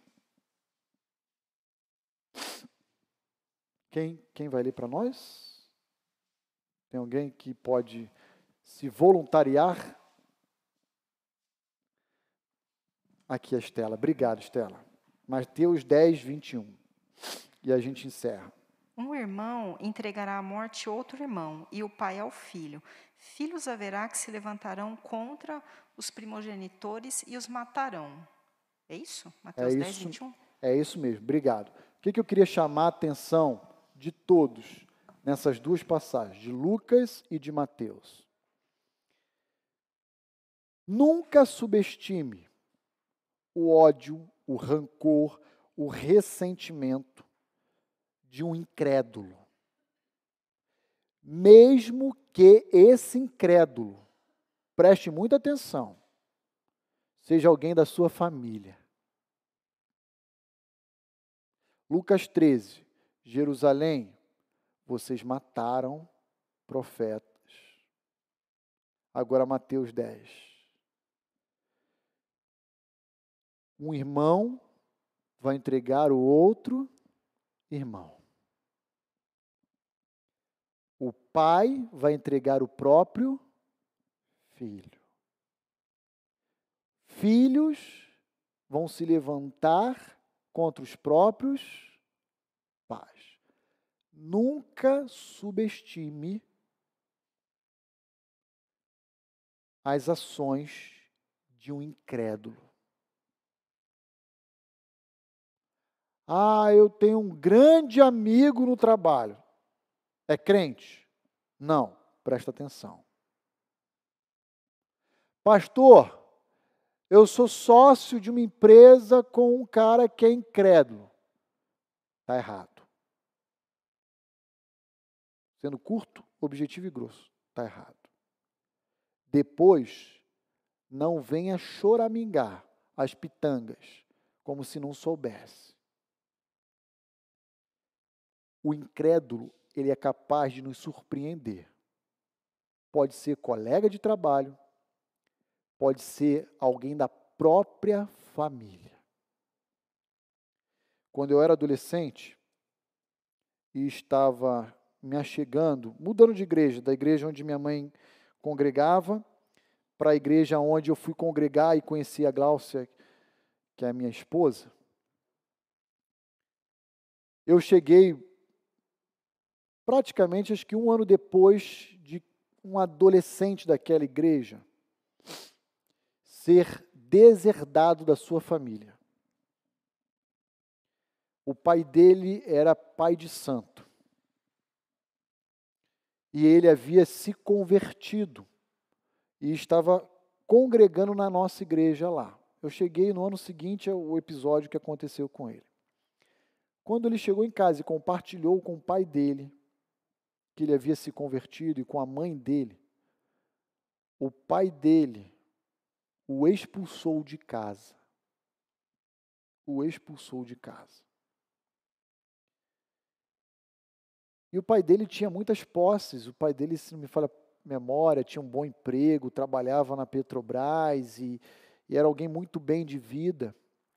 Quem vai ler para nós? Tem alguém que pode se voluntariar? Aqui a Estela. Obrigado, Estela. Mateus 10, 21. E a gente encerra. Um irmão entregará à morte outro irmão, e o pai ao filho. Filhos haverá que se levantarão contra os primogenitores e os matarão. É isso? Mateus 10, 21? É isso mesmo, obrigado. O que eu queria chamar a atenção de todos nessas duas passagens, de Lucas e de Mateus? Nunca subestime o ódio, o rancor, o ressentimento de um incrédulo. Mesmo que esse incrédulo, preste muita atenção, seja alguém da sua família. Lucas 13, Jerusalém, vocês mataram profetas. Agora Mateus 10. Um irmão vai entregar o outro irmão. O pai vai entregar o próprio filho. Filhos vão se levantar contra os próprios pais. Nunca subestime as ações de um incrédulo. Ah, eu tenho um grande amigo no trabalho. É crente? Não, presta atenção. Pastor, eu sou sócio de uma empresa com um cara que é incrédulo. Está errado. Sendo curto, objetivo e grosso. Está errado. Depois, não venha choramingar as pitangas, como se não soubesse. O incrédulo, ele é capaz de nos surpreender. Pode ser colega de trabalho, pode ser alguém da própria família. Quando eu era adolescente e estava me achegando, mudando de igreja, da igreja onde minha mãe congregava, para a igreja onde eu fui congregar e conheci a Gláucia, que é a minha esposa, eu cheguei praticamente, acho que um ano depois de um adolescente daquela igreja ser deserdado da sua família. O pai dele era pai de santo. E ele havia se convertido e estava congregando na nossa igreja lá. Eu cheguei no ano seguinte ao episódio que aconteceu com ele. Quando ele chegou em casa e compartilhou com o pai dele que ele havia se convertido e com a mãe dele, o pai dele o expulsou de casa. O expulsou de casa. E o pai dele tinha muitas posses. O pai dele, se não me falha a memória, tinha um bom emprego, trabalhava na Petrobras e era alguém muito bem de vida.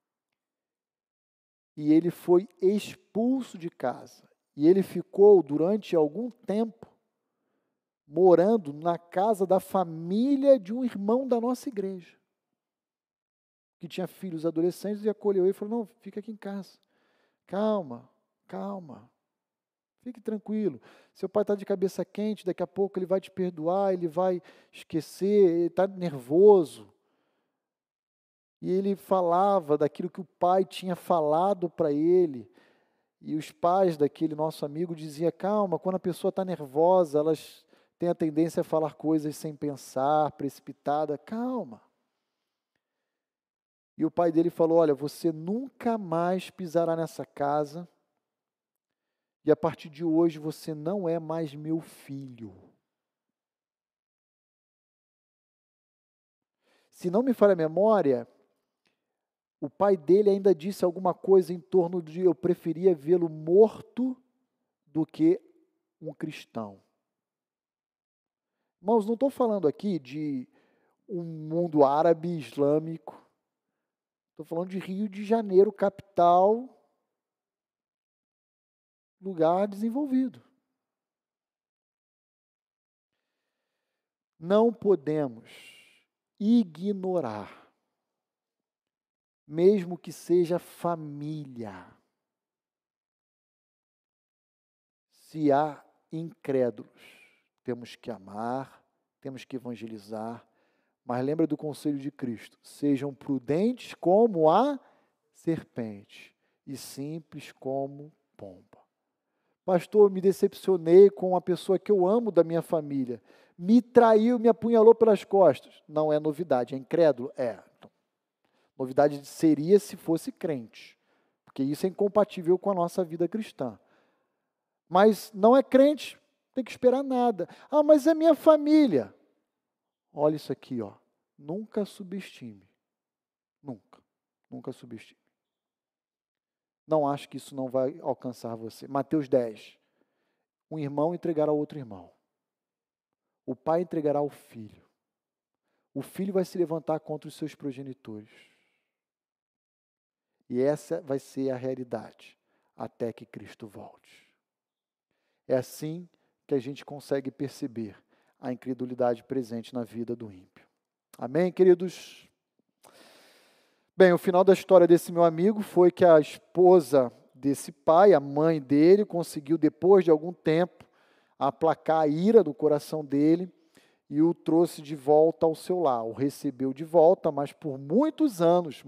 E ele foi expulso de casa. E ele ficou durante algum tempo morando na casa da família de um irmão da nossa igreja, que tinha filhos adolescentes, e acolheu ele e falou: não, fica aqui em casa. Calma, calma. Fique tranquilo. Seu pai está de cabeça quente, daqui a pouco ele vai te perdoar, ele vai esquecer, ele está nervoso. E ele falava daquilo que o pai tinha falado para ele. E os pais daquele nosso amigo diziam: calma, quando a pessoa está nervosa, elas têm a tendência a falar coisas sem pensar, precipitada. Calma. E o pai dele falou: olha, você nunca mais pisará nessa casa, e a partir de hoje você não é mais meu filho. Se não me falha a memória, o pai dele ainda disse alguma coisa em torno de: eu preferia vê-lo morto do que um cristão. Irmãos, não estou falando aqui de um mundo árabe, islâmico. Estou falando de Rio de Janeiro, capital, lugar desenvolvido. Não podemos ignorar, mesmo que seja família, se há incrédulos. Temos que amar, temos que evangelizar, mas lembra do conselho de Cristo: sejam prudentes como a serpente e simples como pomba. Pastor, me decepcionei com uma pessoa que eu amo da minha família, me traiu, me apunhalou pelas costas. Não é novidade, é incrédulo? É. Novidade seria se fosse crente, porque isso é incompatível com a nossa vida cristã. Mas não é crente, não tem que esperar nada. Ah, mas é minha família. Olha isso aqui, ó. Nunca subestime. Nunca subestime. Não acho que isso não vai alcançar você. Mateus 10. Um irmão entregará ao outro irmão. O pai entregará ao filho. O filho vai se levantar contra os seus progenitores. E essa vai ser a realidade até que Cristo volte. É assim que a gente consegue perceber a incredulidade presente na vida do ímpio. Amém, queridos? Bem, o final da história desse meu amigo foi que a esposa desse pai, a mãe dele, conseguiu, depois de algum tempo, aplacar a ira do coração dele e o trouxe de volta ao seu lar. O recebeu de volta, mas por muitos anos,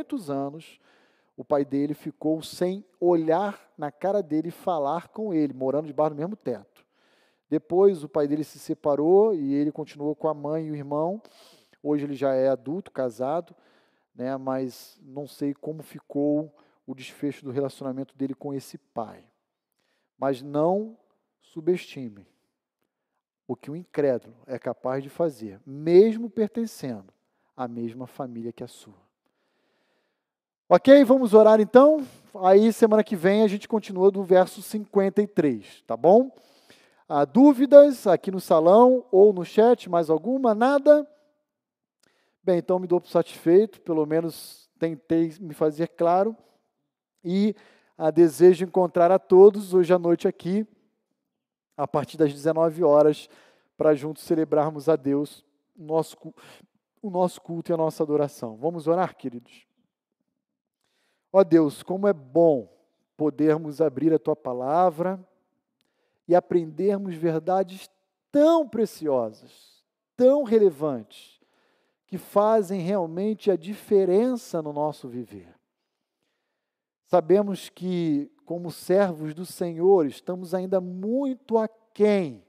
o pai dele ficou sem olhar na cara dele e falar com ele, morando debaixo do mesmo teto. Depois o pai dele se separou e ele continuou com a mãe e o irmão. Hoje ele já é adulto, casado, né, mas não sei como ficou o desfecho do relacionamento dele com esse pai. Mas não subestime o que o incrédulo é capaz de fazer, mesmo pertencendo à mesma família que a sua. Ok? Vamos orar então? Aí semana que vem a gente continua do verso 53, tá bom? Dúvidas aqui no salão ou no chat, mais alguma? Nada? Bem, então me dou por satisfeito, pelo menos tentei me fazer claro, e desejo encontrar a todos hoje à noite aqui, a partir das 19 horas, para juntos celebrarmos a Deus o nosso culto e a nossa adoração. Vamos orar, queridos? Ó Deus, como é bom podermos abrir a Tua palavra e aprendermos verdades tão preciosas, tão relevantes, que fazem realmente a diferença no nosso viver. Sabemos que, como servos do Senhor, estamos ainda muito aquém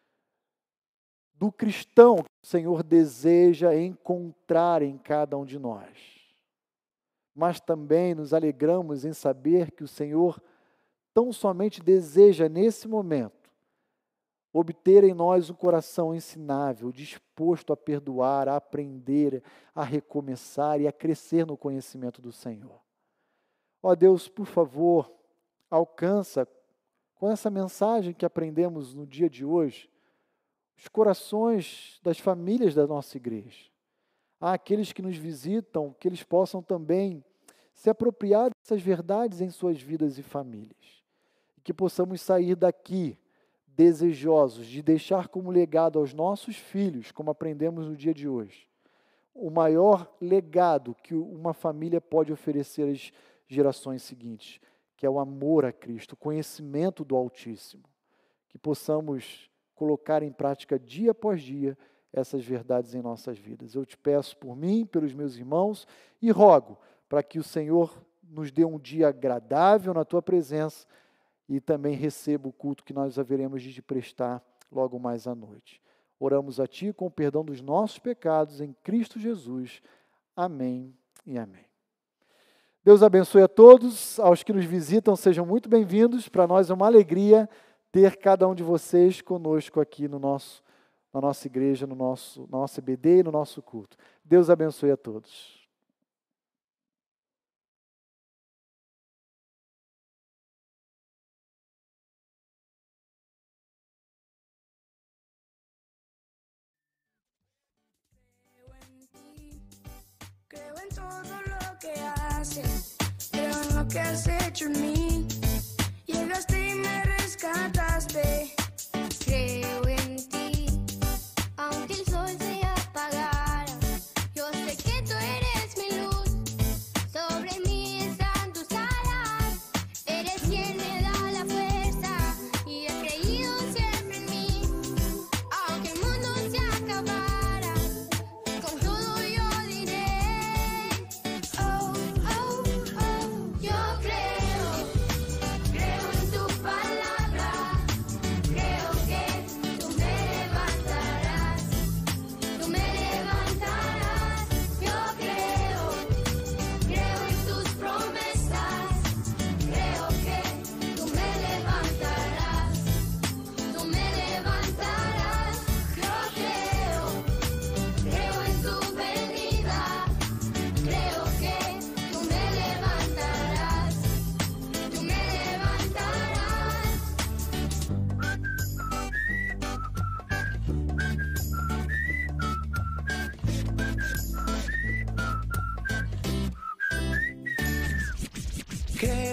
do cristão que o Senhor deseja encontrar em cada um de nós. Mas também nos alegramos em saber que o Senhor tão somente deseja, nesse momento, obter em nós um coração ensinável, disposto a perdoar, a aprender, a recomeçar e a crescer no conhecimento do Senhor. Ó Deus, por favor, alcança com essa mensagem que aprendemos no dia de hoje, os corações das famílias da nossa igreja. Há aqueles que nos visitam, que eles possam também se apropriar dessas verdades em suas vidas e famílias. E que possamos sair daqui desejosos de deixar como legado aos nossos filhos, como aprendemos no dia de hoje, o maior legado que uma família pode oferecer às gerações seguintes, que é o amor a Cristo, o conhecimento do Altíssimo. Que possamos colocar em prática dia após dia essas verdades em nossas vidas. Eu te peço por mim, pelos meus irmãos, e rogo para que o Senhor nos dê um dia agradável na Tua presença e também receba o culto que nós haveremos de te prestar logo mais à noite. Oramos a Ti com o perdão dos nossos pecados em Cristo Jesus. Amém e amém. Deus abençoe a todos, aos que nos visitam, sejam muito bem-vindos. Para nós é uma alegria ter cada um de vocês conosco aqui na nossa igreja, na nossa EBD e no nosso culto. Deus abençoe a todos. Creo en todo lo que haces, creo en lo que has hecho en mí. Llegaste y me rescataste. Creo en ti, aunque el sol se apagara. Yo sé que tú eres mi luz, sobre mí están tus alas. Eres quien me da la fuerza y has creído siempre en mí. Aunque el mundo se acabara, con todo yo diré, oh, oh, oh. Yo creo en tu palabra. Creo que tú me levantarás, tú me levantarás. Yo creo en tus promesas. Creo que tú me levantarás, tú me levantarás. Yo creo en tu venida. Creo que tú me levantarás, tú me levantarás. Que